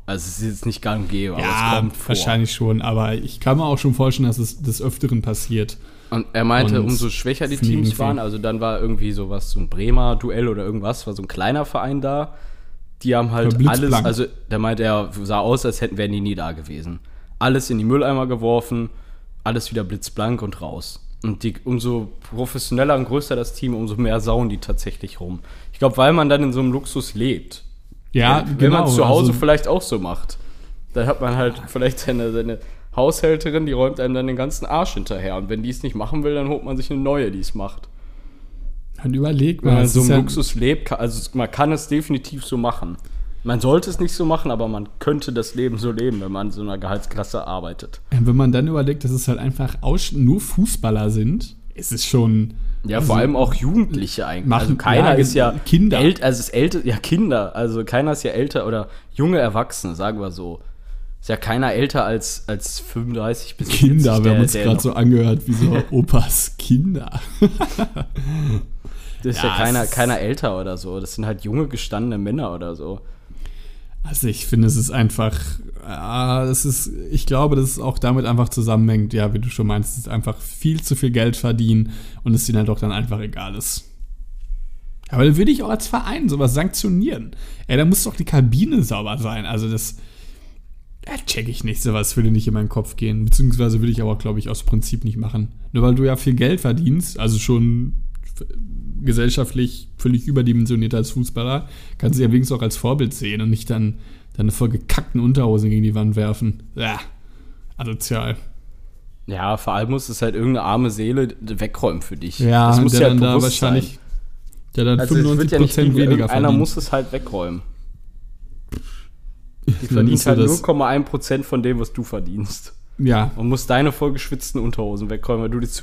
Also es ist jetzt nicht gang und gäbe, aber es Ja, kommt vor. wahrscheinlich schon, aber ich kann mir auch schon vorstellen, dass es des Öfteren passiert. Und er meinte, Und umso schwächer die finde ich Teams irgendwie- waren, also dann war irgendwie sowas, so ein Bremer Duell oder irgendwas, war so ein kleiner Verein da. Die haben halt Aber alles, blitzblank. also der meinte, er sah aus, als wären die nie da gewesen. Alles in die Mülleimer geworfen, alles wieder blitzblank und raus. Und umso professioneller und größer das Team, umso mehr sauen die tatsächlich rum. Ich glaube, weil man dann in so einem Luxus lebt. Ja, Wenn man es zu Hause also, vielleicht auch so macht. Dann hat man halt vielleicht seine Haushälterin, die räumt einem dann den ganzen Arsch hinterher. Und wenn die es nicht machen will, dann holt man sich eine neue, die es macht. und überleg Wenn mal, man es so ist im ja- Luxus lebt, also man kann es definitiv so machen. Man sollte es nicht so machen, aber man könnte das Leben so leben, wenn man in so einer Gehaltsklasse arbeitet. wenn man dann überlegt, dass es halt einfach nur Fußballer sind, ist es schon. Ja, also, vor allem auch Jugendliche eigentlich. machen- Also keiner ja, ist ja Kinder. Kinder. Also keiner ist ja älter oder junge Erwachsene, sagen wir so. Ist ja keiner älter als 35 bis 40. Kinder, wir haben uns der gerade noch- so angehört, wie so Opas Kinder. Das ist Ja, ja es ist- keiner älter oder so. Das sind halt junge, gestandene Männer oder so. Also ich finde, es ist einfach, ich glaube, dass es auch damit einfach zusammenhängt, ja, wie du schon meinst, es ist einfach viel zu viel Geld verdienen und es ihnen halt doch dann einfach egal ist. Aber dann würde ich auch als Verein sowas sanktionieren. Ey, da muss doch die Kabine sauber sein. Also das check ich nicht, sowas würde nicht in meinen Kopf gehen. Beziehungsweise würde ich aber, glaube ich, aus Prinzip nicht machen. Nur weil du ja viel Geld verdienst, also schon gesellschaftlich völlig überdimensioniert als Fußballer, kannst du ja wenigstens auch als Vorbild sehen und nicht dann deine voll gekackten Unterhosen gegen die Wand werfen. Asozial. Ja, vor allem muss es halt irgendeine arme Seele wegräumen für dich. Ja, das muss der ja dann da bewusst wahrscheinlich, sein. der dann Also es wird ja nicht 95% liegen, weniger einer verdient. muss es halt wegräumen. Die Dann verdient ist so halt das- 0,1% von dem, was du verdienst. Ja, Man muss deine vollgeschwitzten Unterhosen wegräumen, weil du die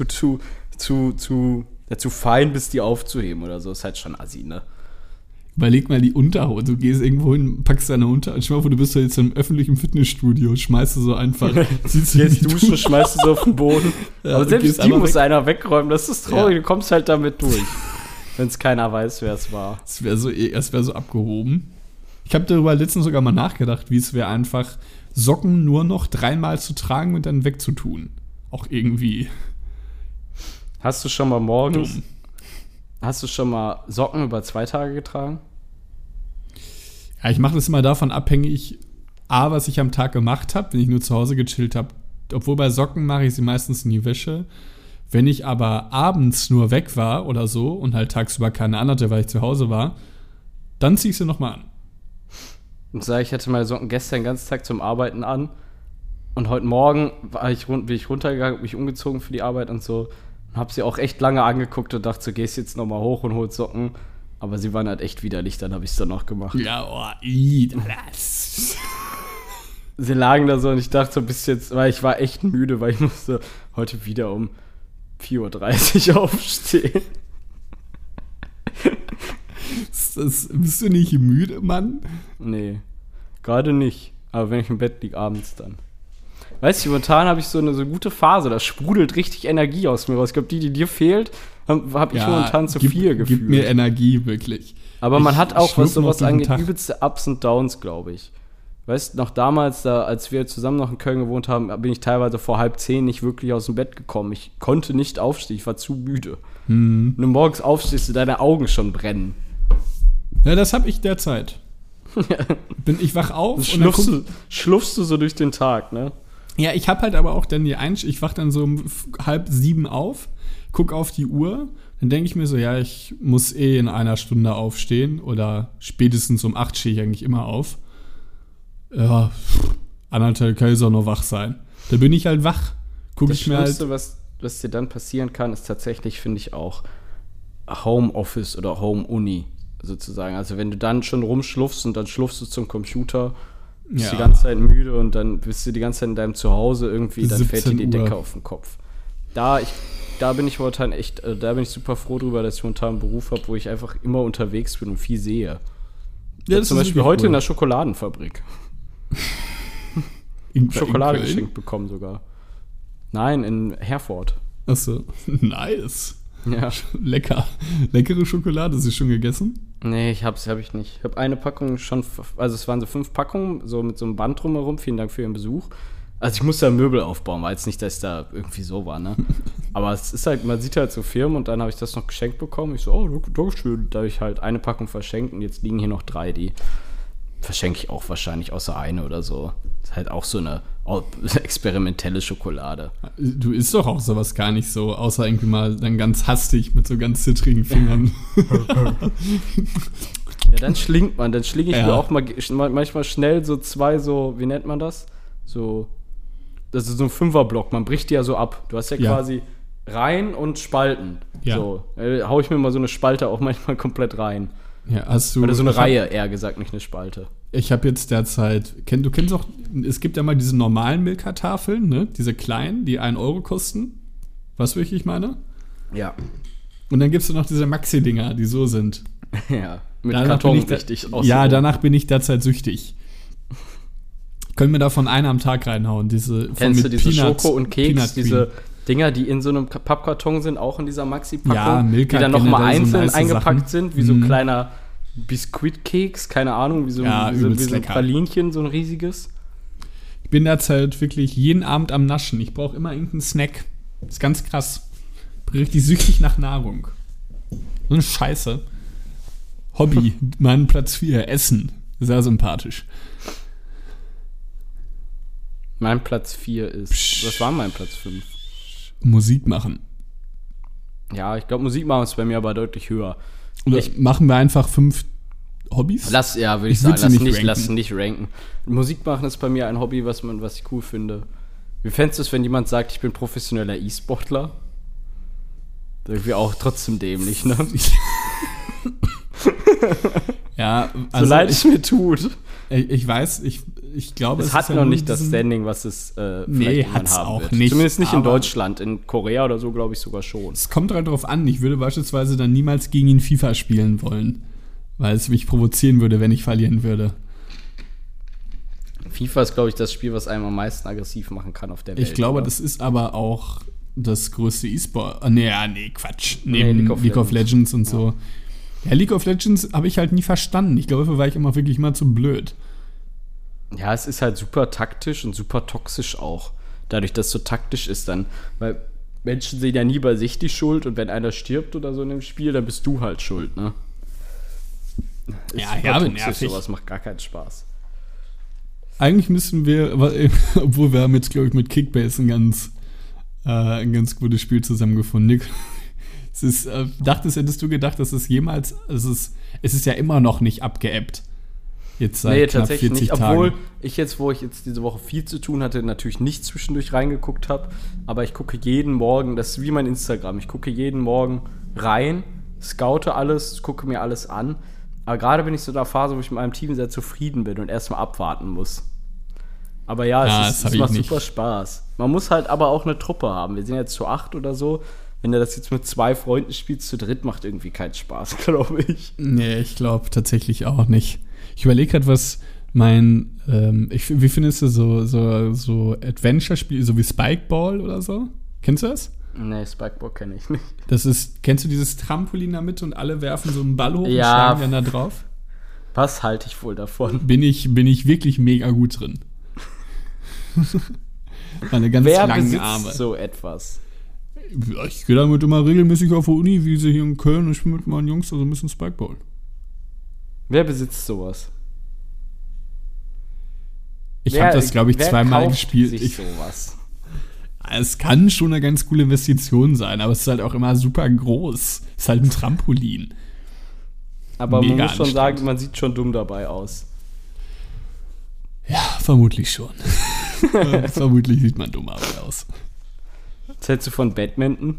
zu fein bist, die aufzuheben oder so. Ist halt schon assi, ne? überleg mal die Unterhose. Du gehst irgendwo hin, packst deine Unterhose. Stell mal vor, du bist doch jetzt im öffentlichen Fitnessstudio, schmeißt du so einfach. ziehst du Gehst die duschen, schmeißt du so auf den Boden. Ja, Aber und selbst gehst die einfach muss weg. einer wegräumen. Das ist traurig. Ja. Du kommst halt damit durch. Wenn es keiner weiß, wer es war. Es wäre so abgehoben. Ich habe darüber letztens sogar mal nachgedacht, wie es wäre, einfach Socken nur noch 3-mal zu tragen und dann wegzutun. Auch irgendwie Hast du schon mal morgens, dumm. hast du schon mal Socken über 2 Tage getragen? Ja, ich mache das immer davon abhängig, was ich am Tag gemacht habe, wenn ich nur zu Hause gechillt habe. Obwohl bei Socken mache ich sie meistens in die Wäsche. Wenn ich aber abends nur weg war oder so und halt tagsüber keine anhatte, weil ich zu Hause war, dann ziehe ich sie nochmal an. Und sag, ich hatte meine Socken gestern den ganzen Tag zum Arbeiten an. Und heute Morgen bin ich runtergegangen, mich umgezogen für die Arbeit und so. Und hab sie auch echt lange angeguckt und dachte, so, gehst jetzt nochmal hoch und holst Socken. Aber sie waren halt echt widerlich, dann habe ich es dann noch gemacht. Ja, das. Sie lagen da so und ich dachte so bis jetzt, weil ich war echt müde, weil ich musste heute wieder um 4:30 Uhr aufstehen. Bist du nicht müde, Mann? Nee, gerade nicht. Aber wenn ich im Bett liege, abends dann. Weißt du, momentan habe ich so eine gute Phase, da sprudelt richtig Energie aus mir raus. Ich glaube, die dir fehlt, habe ich momentan zu viel gefühlt. Gibt mir Energie, wirklich. Aber man Ich hat auch, was schlürfe noch sowas diesen angeht, Tag. übelste Ups und Downs, glaube ich. Weißt du, noch damals, als wir zusammen noch in Köln gewohnt haben, bin ich teilweise vor 9:30 nicht wirklich aus dem Bett gekommen. Ich konnte nicht aufstehen, ich war zu müde. Wenn du morgens aufstehst, du deine Augen schon brennen. Ja, das habe ich derzeit. Ich wach auf Dann und dann schlufst du so durch den Tag, ne? Ja, ich habe halt aber auch dann ich wach dann so um 6:30 auf, guck auf die Uhr, dann denke ich mir so, ja, ich muss in einer Stunde aufstehen oder spätestens um 8 stehe ich eigentlich immer auf. Ja, 1,5 kann ich auch noch wach sein. Da bin ich halt wach. Gucke Das ich mir halt. Schlimmste, was dir dann passieren kann, ist tatsächlich, finde ich, auch Homeoffice oder Home-Uni sozusagen. Also wenn du dann schon rumschlufst und dann schlufst du zum Computer, bist Ja. die ganze Zeit müde und dann bist du die ganze Zeit in deinem Zuhause irgendwie, dann fällt dir 17 die Uhr. Decke auf den Kopf. Da bin ich momentan echt, da bin ich super froh drüber, dass ich momentan einen Beruf habe, wo ich einfach immer unterwegs bin und viel sehe. Ja, das Zum ist Beispiel wirklich heute cool. in der Schokoladenfabrik. Schokolade geschenkt bekommen sogar. Nein, in Herford. Achso, nice. Ja. Lecker. Leckere Schokolade, hast du schon gegessen? Nee, hab ich nicht. Ich habe eine Packung schon, also es waren so 5 Packungen, so mit so einem Band drumherum. Vielen Dank für Ihren Besuch. Also ich musste da Möbel aufbauen, war jetzt nicht, dass ich da irgendwie so war, ne? Aber es ist halt, man sieht halt so Firmen und dann habe ich das noch geschenkt bekommen. Ich so, oh, Dankeschön. Da habe ich halt eine Packung verschenkt und jetzt liegen hier noch 3, die verschenke ich auch wahrscheinlich außer eine oder so. Ist halt auch so eine experimentelle Schokolade. Du isst doch auch sowas gar nicht so, außer irgendwie mal dann ganz hastig mit so ganz zittrigen Fingern. Ja, dann schlingt man. Dann schlinge ich mir auch mal manchmal schnell so 2 so, wie nennt man das? So, das ist so ein 5er-Block. Man bricht die ja so ab. Du hast ja quasi rein und Spalten. Ja. So, hau ich mir mal so eine Spalte auch manchmal komplett rein. Ja, hast du. Oder so eine Reihe, eher gesagt, nicht eine Spalte. Ich habe jetzt derzeit, du kennst auch, es gibt ja mal diese normalen Milka-Tafeln, ne? Diese kleinen, die 1 Euro kosten. Weißt du, wie ich meine? Ja. Und dann gibt es noch diese Maxi-Dinger, die so sind. Ja, mit danach Karton richtig aus. Ja, danach bin ich derzeit süchtig. Können wir davon eine am Tag reinhauen? Kennst du diese Schoko und Keks, diese Dinger, die in so einem Pappkarton sind, auch in dieser Maxi-Packung? Ja, Milka, die dann nochmal einzeln so eingepackt sind, wie so ein kleiner Biskuitkeks, keine Ahnung, wie so ein Pralinchen, so ein riesiges. Ich bin derzeit wirklich jeden Abend am Naschen. Ich brauche immer irgendeinen Snack. Das ist ganz krass. Bin richtig süchtig nach Nahrung. So eine Scheiße. Hobby, mein Platz 4, Essen. Sehr sympathisch. Mein Platz 4 ist, was war mein Platz 5? Musik machen. Ja, ich glaube, Musik machen ist bei mir aber deutlich höher. Oder machen wir einfach 5 Hobbys? Würde ich sagen, lass nicht ranken. Musik machen ist bei mir ein Hobby, was ich cool finde. Wie fändest du es, wenn jemand sagt, ich bin professioneller E-Sportler? Irgendwie auch trotzdem dämlich, ne? Ja, also so leid es mir tut. Ich weiß, ich glaube, es hat noch nicht das Standing, was es vielleicht hat's haben auch wird. nicht. Zumindest nicht in Deutschland. In Korea oder so, glaube ich, sogar schon. Es kommt halt darauf an. Ich würde beispielsweise dann niemals gegen ihn FIFA spielen wollen, weil es mich provozieren würde, wenn ich verlieren würde. FIFA ist, glaube ich, das Spiel, was einem am meisten aggressiv machen kann auf der Welt. Ich glaube, oder? Das ist aber auch das größte E-Sport. Quatsch. Neben League of Legends und so. Ja, League of Legends habe ich halt nie verstanden. Ich glaube, dafür war ich immer wirklich mal zu blöd. Ja, es ist halt super taktisch und super toxisch auch. Dadurch, dass es so taktisch ist dann. Weil Menschen sehen ja nie bei sich die Schuld und wenn einer stirbt oder so in dem Spiel, dann bist du halt schuld, ne? Nervig. Sowas macht gar keinen Spaß. Eigentlich müssen wir, obwohl wir haben jetzt, glaube ich, mit Kickbase ein ganz gutes Spiel zusammengefunden. Nick, hättest du gedacht, dass es jemals, es ist ja immer noch nicht abgeebbt. Jetzt seit knapp 40 Tagen. Obwohl ich jetzt, wo ich jetzt diese Woche viel zu tun hatte, natürlich nicht zwischendurch reingeguckt habe, aber ich gucke jeden Morgen, das ist wie mein Instagram, ich gucke jeden Morgen rein, scoute alles, gucke mir alles an, aber gerade bin ich so in der Phase, wo ich mit meinem Team sehr zufrieden bin und erstmal abwarten muss. Aber es macht super Spaß. Man muss halt aber auch eine Truppe haben. Wir sind jetzt zu 8 oder so. Wenn du das jetzt mit 2 Freunden spielst, zu dritt macht irgendwie keinen Spaß, glaube ich. Nee, ich glaube tatsächlich auch nicht. Ich überlege gerade, was wie findest du so Adventure-Spiele, so wie Spikeball oder so? Kennst du das? Nee, Spikeball kenne ich nicht. Kennst du dieses Trampolin da mit und alle werfen so einen Ball hoch und ja, schlagen dann da drauf? Was halte ich wohl davon? Bin ich wirklich mega gut drin. Meine ganz langen Arme. Wer so etwas? Ich gehe damit immer regelmäßig auf der Uni, wie sie hier in Köln, und ich spiele mit meinen Jungs also ein bisschen Spikeball. Wer besitzt sowas? Ich habe das, glaube ich, 2-mal gespielt. Sowas? Es kann schon eine ganz coole Investition sein, aber es ist halt auch immer super groß. Es ist halt ein Trampolin. Aber man muss schon sagen, man sieht schon dumm dabei aus. Ja, vermutlich schon. Vermutlich sieht man dumm dabei aus. Was hältst du von Badminton?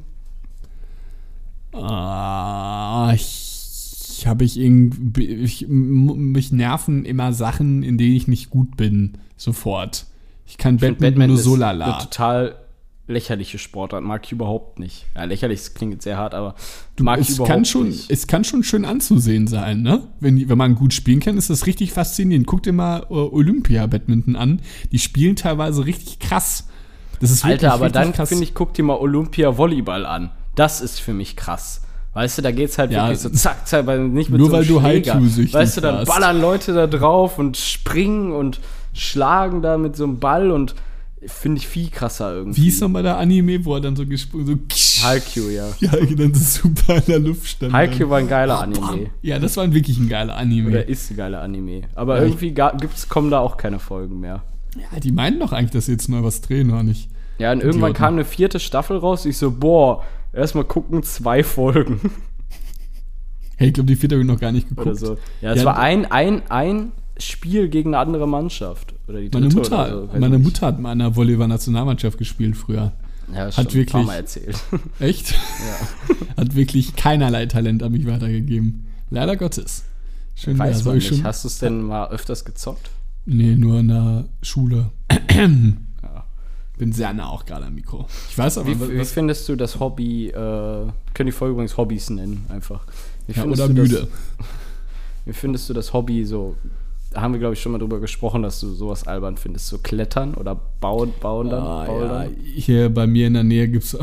Mich nerven immer Sachen, in denen ich nicht gut bin, sofort. Ich kann Badminton nur so lala. Eine total lächerliche Sportart, mag ich überhaupt nicht. Ja, lächerlich, das klingt jetzt sehr hart, aber mag ich überhaupt nicht. Es kann schon schön anzusehen sein, ne? Wenn man gut spielen kann, ist das richtig faszinierend. Guck dir mal Olympia-Badminton an. Die spielen teilweise richtig krass. Das ist Alter, aber dann finde ich, guck dir mal Olympia-Volleyball an. Das ist für mich krass. Weißt du, da geht's halt Ja, wirklich so zack, zack, weil nicht mit nur so einem weil du Schläger. Haiku-süchtig Weißt du, dann warst. ballern Leute da drauf und springen und schlagen da mit so einem Ball und finde ich viel krasser irgendwie. Wie hieß nochmal der Anime, wo er dann so gesprungen, so Haikyuu, ja. ja, dann so super in der Luft stand. Haikyuu war ein geiler Anime. Ja, das war wirklich ein geiler Anime. Oder ist ein geiler Anime. Aber Ja, irgendwie kommen da auch keine Folgen mehr. Ja, die meinen doch eigentlich, dass sie jetzt neu was drehen, oder nicht? Ja, und irgendwann Idioten. kam eine 4. Staffel raus. Ich so, boah, erstmal gucken, 2 Folgen. Hey, ich glaube, die 4. habe ich noch gar nicht geguckt. Oder so. Ja, es war ein Spiel gegen eine andere Mannschaft. Oder die Meine dritte Mutter, oder so, weiß meine nicht. Mutter hat mal in der Volleyball-Nationalmannschaft gespielt früher. Ja, hat schon ein wirklich- paar Mal erzählt. Echt? Ja. Hat wirklich keinerlei Talent an mich weitergegeben. Leider Gottes. Schön Weiß wär's, man aber ich nicht. schon. Hast du es denn mal öfters gezockt? Nee, nur in der Schule. Ja. Bin sehr nah auch gerade am Mikro. Ich weiß aber, Wie findest du das Hobby, können die Folge übrigens Hobbys nennen, einfach. Wie ja, findest oder du müde. Wie findest du das Hobby so, da haben wir, glaube ich, schon mal drüber gesprochen, dass du sowas albern findest, so Klettern oder Bauen Ja, dann? hier bei mir in der Nähe gibt's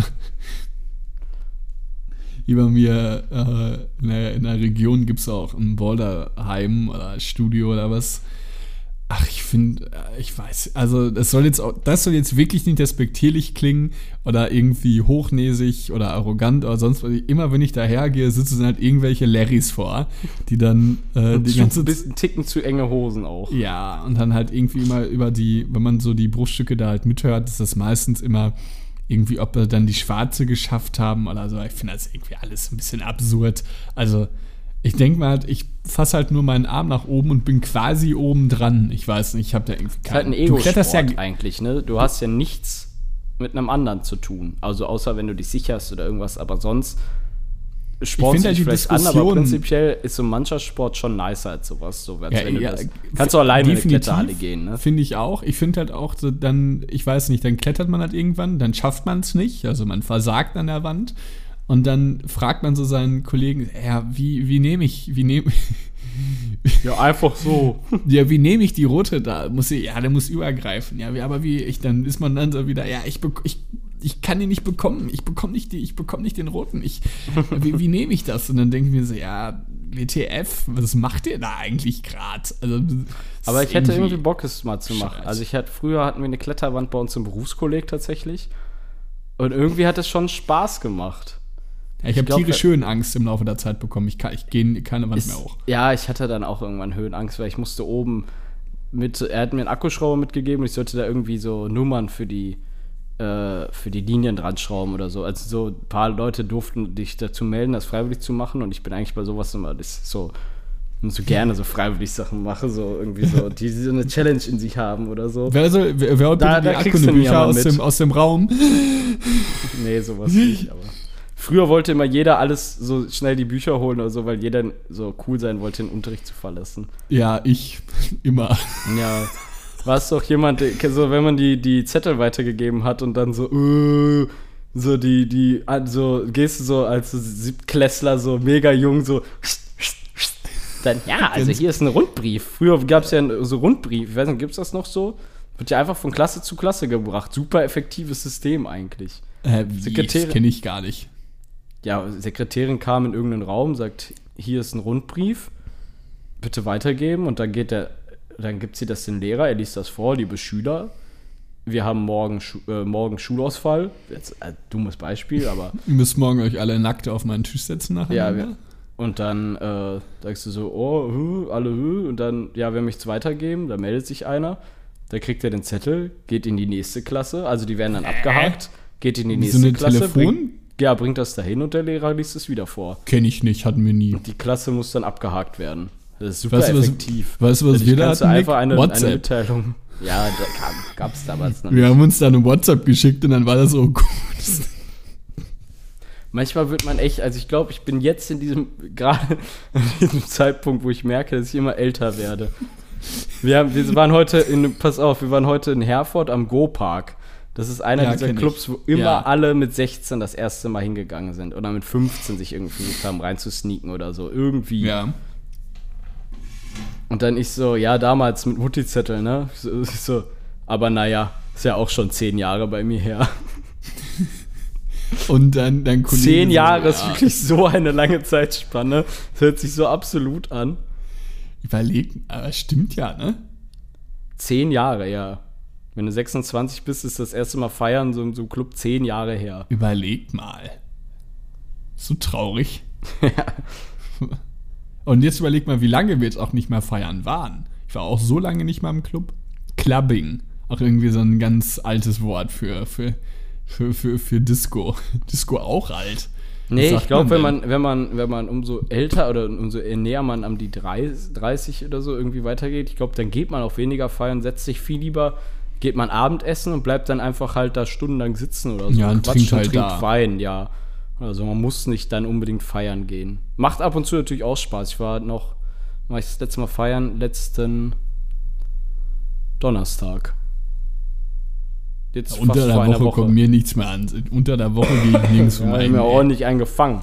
hier bei mir in der Region gibt es auch ein Boulderheim oder Studio oder was. Ach, ich finde, ich weiß, also das soll jetzt wirklich nicht despektierlich klingen oder irgendwie hochnäsig oder arrogant oder sonst was. Immer wenn ich dahergehe, sitzen halt irgendwelche Larrys vor, die dann die ganze Ein bisschen Ticken zu enge Hosen auch. ja, und dann halt irgendwie immer wenn man so die Bruchstücke da halt mithört, ist das meistens immer irgendwie, ob wir dann die Schwarze geschafft haben oder so. Ich finde das irgendwie alles ein bisschen absurd. Also, ich denke mal, ich fasse halt nur meinen Arm nach oben und bin quasi oben dran. Ich weiß nicht, ich habe da irgendwie Das ist halt ein Du kletterst Ego-Sport ja eigentlich, ne? Du hast ja nichts mit einem anderen zu tun. Also außer wenn du dich sicherst oder irgendwas, aber sonst sportst find du halt dich die vielleicht an, aber Diskussion- prinzipiell ist so ein Mannschaftssport schon nicer als sowas. So, als Ja, wenn du ja, das, kannst du alleine in eine definitiv, Kletterhalle gehen, ne? Finde ich auch. Ich finde halt auch, so dann, ich weiß nicht, dann klettert man halt irgendwann, dann schafft man es nicht, also man versagt an der Wand und dann fragt man so seinen Kollegen, ja, wie nehme ich Ja, einfach so. ja, wie nehme ich die rote da? Der muss übergreifen. Ja, aber dann ist man dann so wieder, ja, ich kann ihn nicht bekommen. Ich bekomme nicht den roten. Wie nehme ich das? Und dann denke ich mir so, ja, WTF, was macht ihr da eigentlich gerade? Also, Aber ich hätte irgendwie Bock, es mal zu machen. Scheiße. Also früher hatten wir eine Kletterwand bei uns im Berufskolleg tatsächlich. Und irgendwie hat es schon Spaß gemacht. Ja, ich habe glaub, tierisch Höhenangst im Laufe der Zeit bekommen. Ich gehe keine Wand mehr hoch. Ja, ich hatte dann auch irgendwann Höhenangst, weil ich musste oben er hat mir einen Akkuschrauber mitgegeben und ich sollte da irgendwie so Nummern für die Linien dran schrauben oder so. Also so ein paar Leute durften dich dazu melden, das freiwillig zu machen und ich bin eigentlich bei sowas immer so gerne so freiwillig Sachen mache, so irgendwie so, die so eine Challenge in sich haben oder so. Wer holt bitte Da die kriegst du mir Akkunebücher mal mit. aus dem Raum? Nee, sowas nicht, aber früher wollte immer jeder alles so schnell die Bücher holen oder so, weil jeder so cool sein wollte, den Unterricht zu verlassen. Ja, ich immer. Ja, war es doch jemand, so wenn man die Zettel weitergegeben hat und dann so gehst du so als Siebtklässler so mega jung so dann, ja, also hier ist ein Rundbrief. Früher gab es ja so Rundbrief, ich weiß nicht, gibt es das noch so? Wird ja einfach von Klasse zu Klasse gebracht. Super effektives System eigentlich. Das kenne ich gar nicht. Ja, Sekretärin kam in irgendeinen Raum, sagt, hier ist ein Rundbrief, bitte weitergeben und dann gibt sie das den Lehrer, er liest das vor, liebe Schüler, wir haben morgen Schulausfall, jetzt dummes Beispiel, aber Ihr müsst morgen euch alle nackt auf meinen Tisch setzen nacheinander. und dann sagst du so, alle und dann, ja, wir möchten es weitergeben, da meldet sich einer, da kriegt er den Zettel, geht in die nächste Klasse, also die werden dann abgehakt, geht in die Wie nächste so eine Klasse, Telefon? bringt das dahin und der Lehrer liest es wieder vor. Kenne ich nicht, hatten wir nie. Die Klasse muss dann abgehakt werden. Das ist super Weißt du, was- effektiv. weißt du, was Dadurch wir da kannst du hatten, einfach Nick? eine WhatsApp. Mitteilung. Ja, da gab es damals noch Wir nicht. haben uns da eine WhatsApp geschickt und dann war das so gut. Manchmal wird man echt, also ich glaube, ich bin jetzt gerade an diesem Zeitpunkt, wo ich merke, dass ich immer älter werde. Wir waren heute in Herford am Go-Park. Das ist einer Ja, dieser kenn ich. Clubs, wo immer Ja. alle mit 16 das erste Mal hingegangen sind. Oder mit 15 sich irgendwie versucht haben, reinzusneaken oder so. Irgendwie. Ja. Und dann ich so, ja, damals mit Mutti-Zettel, ne? Aber naja, ist ja auch schon 10 Jahre bei mir her. Und dann Kollege 10 Jahre so, ist wirklich so eine lange Zeitspanne. Das hört sich so absolut an. Überlegt, aber stimmt ja, ne? 10 Jahre, ja. Wenn du 26 bist, ist das erste Mal feiern, so in so einem Club 10 Jahre her. Überlegt mal. So traurig. Und jetzt überleg mal, wie lange wir jetzt auch nicht mehr feiern waren. Ich war auch so lange nicht mal im Club. Clubbing. Auch irgendwie so ein ganz altes Wort für Disco. Disco auch alt. Nee, ich glaube, wenn man umso älter oder umso näher man an die 30 oder so irgendwie weitergeht, ich glaube, dann geht man auch weniger feiern, setzt sich viel lieber, geht man Abendessen und bleibt dann einfach halt da stundenlang sitzen oder so. Ja, und trinkt halt da. Wein, ja. Also man muss nicht dann unbedingt feiern gehen. Macht ab und zu natürlich auch Spaß. Ich war das letzte Mal feiern, letzten Donnerstag. Jetzt ja, unter der Woche kommt mir nichts mehr an. Unter der Woche gehe ich nirgends mehr. Ich habe mir ordentlich eingefangen.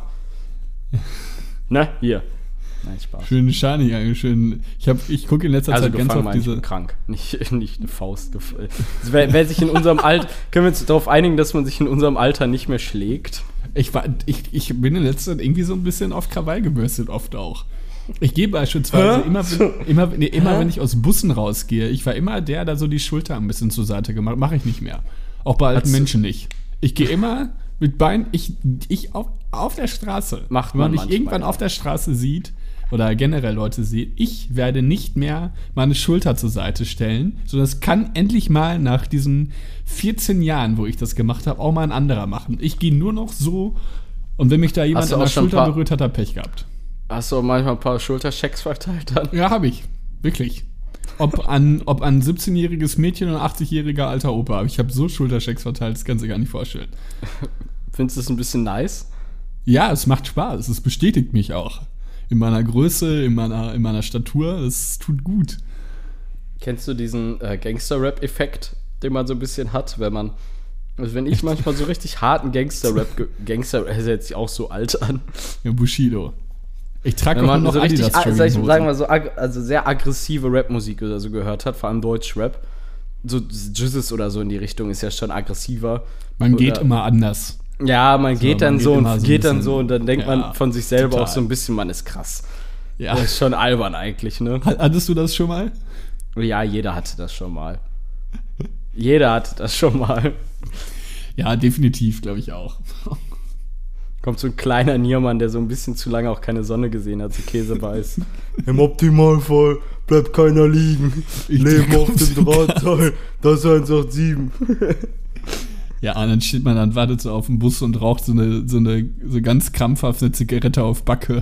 Ne? Hier. Nein, Spaß. Schön scheinig, schön. Ich gucke in letzter Zeit ganz auf diese. Ich bin krank, nicht eine Faust gefallen. Also wer sich in unserem Alter, können wir uns darauf einigen, dass man sich in unserem Alter nicht mehr schlägt? Ich bin in letzter Zeit irgendwie so ein bisschen auf Krawall gebürstet, oft auch. Ich gehe beispielsweise immer, wenn ich aus Bussen rausgehe, ich war immer der, der so die Schulter ein bisschen zur Seite gemacht. Mache ich nicht mehr. Auch bei alten Menschen nicht. Ich gehe immer mit Beinen, ich auf der Straße. Macht wenn man mich irgendwann auf der Straße sieht oder generell Leute sieht, ich werde nicht mehr meine Schulter zur Seite stellen, sondern es kann endlich mal nach diesen 14 Jahren, wo ich das gemacht habe, auch mal ein anderer machen. Ich gehe nur noch so und wenn mich da jemand an der Schulter berührt, hat er Pech gehabt. Hast du auch manchmal ein paar Schulterchecks verteilt dann? Ja, habe ich. Wirklich. Ob an 17-jähriges Mädchen oder 80-jähriger alter Opa. Ich habe so Schulterchecks verteilt, das kannst du dir gar nicht vorstellen. Findest du das ein bisschen nice? Ja, es macht Spaß. Es bestätigt mich auch. In meiner Größe, in meiner Statur. Es tut gut. Kennst du diesen Gangster-Rap-Effekt, den man so ein bisschen hat, wenn ich manchmal so richtig harten Gangster ist jetzt auch so alt an. Ja, Bushido. Ich trage auch noch so richtig, Adidas-Jogginghosen. sagen wir so, also sehr aggressive Rapmusik oder so gehört hat, vor allem Deutschrap. So Jizzes oder so in die Richtung ist ja schon aggressiver. Man geht immer anders. Ja, man geht dann so und dann denkt ja, man von sich selber total. auch so ein bisschen, man ist krass. Ja. Das ist schon albern eigentlich, ne? Hattest du das schon mal? Ja, jeder hatte das schon mal. Jeder hatte das schon mal. Ja, definitiv, glaube ich auch. Kommt so ein kleiner Niermann, der so ein bisschen zu lange auch keine Sonne gesehen hat, so Käsebeiß. Im Optimalfall bleibt keiner liegen. Leben auf dem Drahtseil, das 187. Ja, und dann steht man dann, wartet so auf dem Bus und raucht so ganz krampfhaft eine Zigarette auf Backe.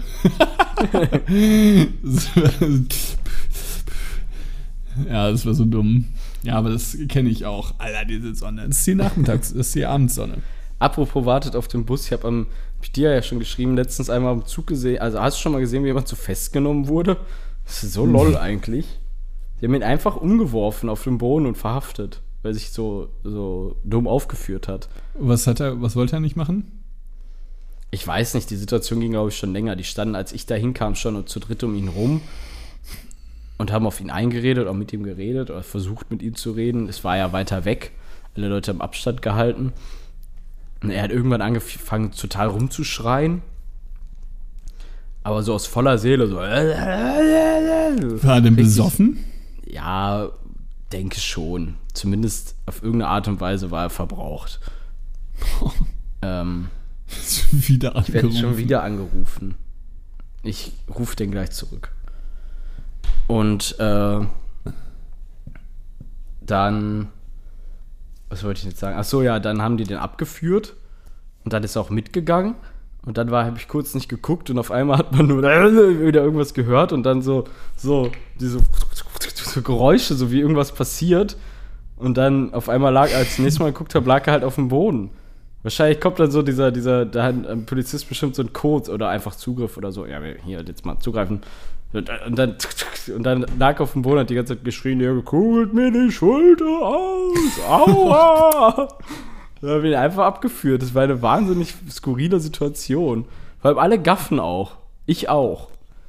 Ja, das war so dumm. Ja, aber das kenne ich auch. Alter, diese Sonne. Das ist die das ist die Abendsonne. Apropos wartet auf den Bus, ich habe dir ja schon geschrieben, letztens einmal am Zug gesehen, also hast du schon mal gesehen, wie jemand so festgenommen wurde? Das ist so lol eigentlich. Die haben ihn einfach umgeworfen auf den Boden und verhaftet, weil er sich so dumm aufgeführt hat. Was wollte er nicht machen? Ich weiß nicht, die Situation ging, glaube ich, schon länger. Die standen, als ich da hinkam, schon und zu dritt um ihn rum und haben auf ihn eingeredet oder mit ihm geredet oder versucht, mit ihm zu reden. Es war ja weiter weg. Alle Leute haben Abstand gehalten. Und er hat irgendwann angefangen, total rumzuschreien. Aber so aus voller Seele, so. War er denn besoffen? Ja, denke schon. Zumindest auf irgendeine Art und Weise war er verbraucht. Wieder angerufen. Ich werde schon wieder angerufen. Ich rufe den gleich zurück. Und dann, was wollte ich jetzt sagen? Ach so, ja, dann haben die den abgeführt und dann ist er auch mitgegangen und dann habe ich kurz nicht geguckt und auf einmal hat man nur wieder irgendwas gehört und dann so diese so Geräusche, so wie irgendwas passiert und dann auf einmal als ich das nächste Mal geguckt habe, lag er halt auf dem Boden. Wahrscheinlich kommt dann so da hat ein Polizist bestimmt so einen Code oder einfach Zugriff oder so. Ja, hier, jetzt mal zugreifen. Und dann lag er auf dem Boden, hat die ganze Zeit geschrien, der kugelt mir die Schulter aus, aua! Da haben wir ihn einfach abgeführt. Das war eine wahnsinnig skurrile Situation. Vor allem alle gaffen auch. Ich auch.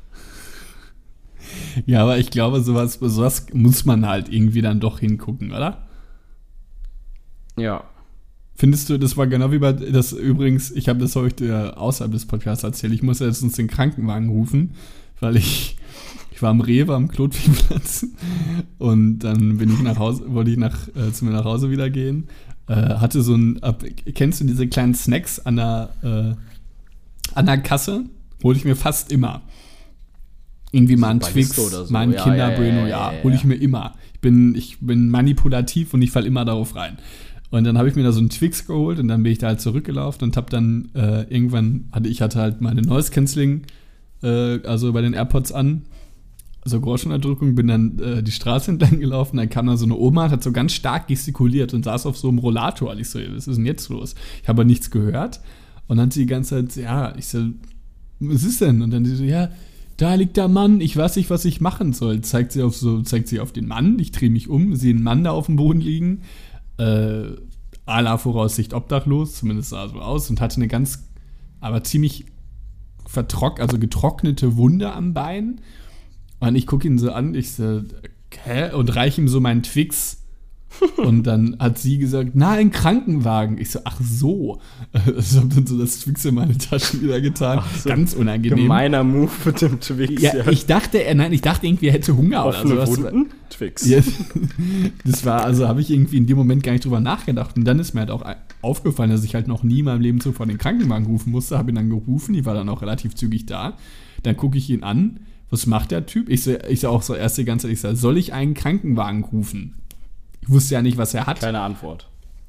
Ja, aber ich glaube, sowas muss man halt irgendwie dann doch hingucken, oder? Ja. Findest du, das war genau wie bei, das übrigens, ich habe das heute außerhalb des Podcasts erzählt, ich musste jetzt uns den Krankenwagen rufen, weil ich war am Rewe am Klotwigplatz und dann bin ich nach Hause, wollte ich zu mir nach Hause wieder gehen, hatte so kennst du diese kleinen Snacks an der Kasse? Hole ich mir fast immer. Irgendwie mal ein Twix, so. mal ein Kinder Bueno, hole ich mir immer. Ich bin manipulativ und ich falle immer darauf rein. Und dann habe ich mir da so einen Twix geholt und dann bin ich da halt zurückgelaufen und habe dann irgendwann, hatte halt meine Noise Cancelling, also bei den AirPods an, so Groschenunterdrückung, bin dann die Straße entlang gelaufen, dann kam da so eine Oma, hat so ganz stark gestikuliert und saß auf so einem Rollator. Und ich so, was ist denn jetzt los? Ich habe aber nichts gehört. Und dann hat sie die ganze Zeit, ich so, was ist denn? Und dann sie so, ja, da liegt der Mann, ich weiß nicht, was ich machen soll. Zeigt sie auf den Mann, ich drehe mich um, sehe einen Mann da auf dem Boden liegen, aller Voraussicht obdachlos, zumindest sah so aus, und hatte eine aber ziemlich getrocknete Wunde am Bein. Und ich gucke ihn so an, ich so, hä? Und reiche ihm so meinen Twix. Und dann hat sie gesagt, ein Krankenwagen. Ich so, ach so. Ich habe dann so das Twix in meine Tasche wieder getan. So, ganz unangenehm. Gemeiner Move mit dem Twix. Ja, ich dachte irgendwie, er hätte Hunger oder sowas. Wunden? Twix. Ja, das war, also habe ich irgendwie in dem Moment gar nicht drüber nachgedacht. Und dann ist mir halt auch aufgefallen, dass ich halt noch nie in meinem Leben zuvor den Krankenwagen rufen musste. Habe ihn dann gerufen, die war dann auch relativ zügig da. Dann gucke ich ihn an. Was macht der Typ? Ich so auch so erst die ganze Zeit, ich so, soll ich einen Krankenwagen rufen? Ich wusste ja nicht, was er hat. Keine Antwort.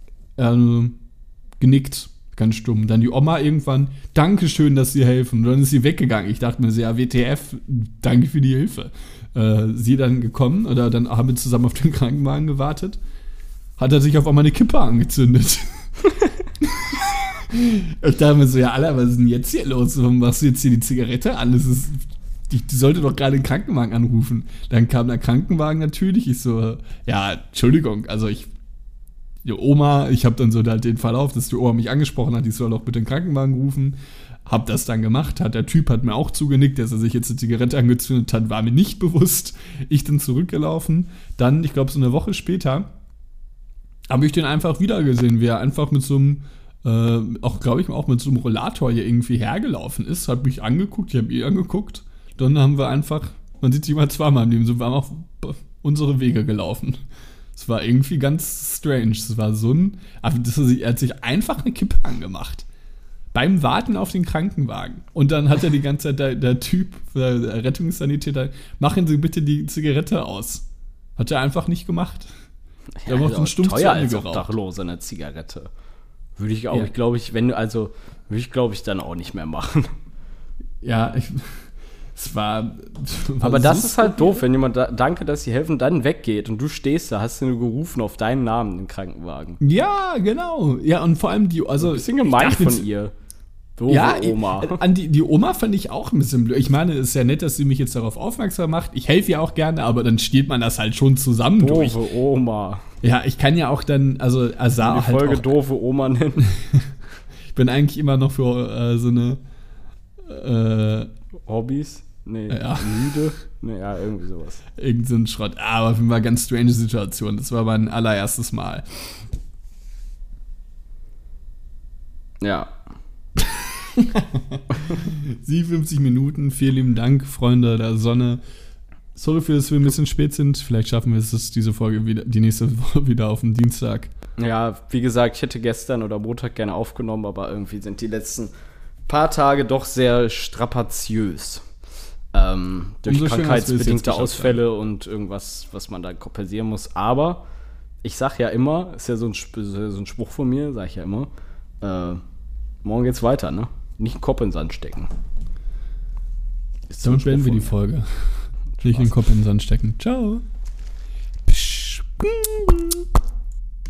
Genickt, ganz stumm. Dann die Oma irgendwann, Dankeschön, dass Sie helfen. Und dann ist sie weggegangen. Ich dachte mir so, ja, WTF, danke für die Hilfe. Sie dann gekommen, oder dann haben wir zusammen auf den Krankenwagen gewartet. Hat er sich auf einmal eine Kippe angezündet. Ich dachte mir so, ja, Alter, was ist denn jetzt hier los? Warum machst du jetzt hier die Zigarette an? Die sollte doch gerade den Krankenwagen anrufen. Dann kam der Krankenwagen natürlich. Ich so, ja, Entschuldigung, also die Oma, ich habe dann so halt den Verlauf, dass die Oma mich angesprochen hat, ich soll doch bitte den Krankenwagen rufen. Hab das dann gemacht, der Typ hat mir auch zugenickt, dass er sich jetzt eine Zigarette angezündet hat, war mir nicht bewusst. Ich dann zurückgelaufen. Dann, ich glaube, so eine Woche später, habe ich den einfach wieder gesehen, wie er einfach mit so einem auch mit so einem Rollator hier irgendwie hergelaufen ist, hat mich angeguckt, ich habe ihn angeguckt. Dann haben wir einfach, man sieht sich mal zweimal im Leben, so wir haben auf unsere Wege gelaufen. Es war irgendwie ganz strange. Es war er hat sich einfach eine Kippe angemacht. Beim Warten auf den Krankenwagen. Und dann hat er die ganze Zeit, der Typ, der Rettungssanitäter, machen Sie bitte die Zigarette aus. Hat er einfach nicht gemacht. Ja, macht einen Stumpf teuer als Obdachloser eine Zigarette. Würde ich auch, würde ich, glaube ich, dann auch nicht mehr machen. Ja, aber das ist halt doof, wenn jemand danke, dass sie helfen, dann weggeht und du stehst da, hast du nur gerufen auf deinen Namen, den Krankenwagen. Ja, genau. Ja, und vor allem ein bisschen gemein von ihr. Doofe Oma. An die Oma fand ich auch ein bisschen blöd. Ich meine, es ist ja nett, dass sie mich jetzt darauf aufmerksam macht. Ich helfe ihr auch gerne, aber dann steht man das halt schon zusammen durch. Doofe Oma. Ja, ich kann ja auch dann, also die Folge auch, doofe Oma nennen. Ich bin eigentlich immer noch für so eine Hobbys? Nee, ja. Müde? Nee, ja, irgendwie sowas. Irgend so ein Schrott. Aber auf jeden Fall ganz strange Situation. Das war mein allererstes Mal. Ja. 57 Minuten. Vielen lieben Dank, Freunde der Sonne. Sorry für, dass wir ein bisschen spät sind. Vielleicht schaffen wir es, diese Folge die nächste Woche wieder auf den Dienstag. Ja, wie gesagt, ich hätte gestern oder Montag gerne aufgenommen, aber irgendwie sind die letzten paar Tage doch sehr strapaziös. Durch krankheitsbedingte Ausfälle und irgendwas, was man da kompensieren muss. Aber ich sag ja immer, ist ja so ein Spruch von mir, sag ich ja immer, morgen geht's weiter, ne? Nicht den Kopf in den Sand stecken. Damit beenden wir die Folge. Nicht den Kopf in den Sand stecken. Ciao.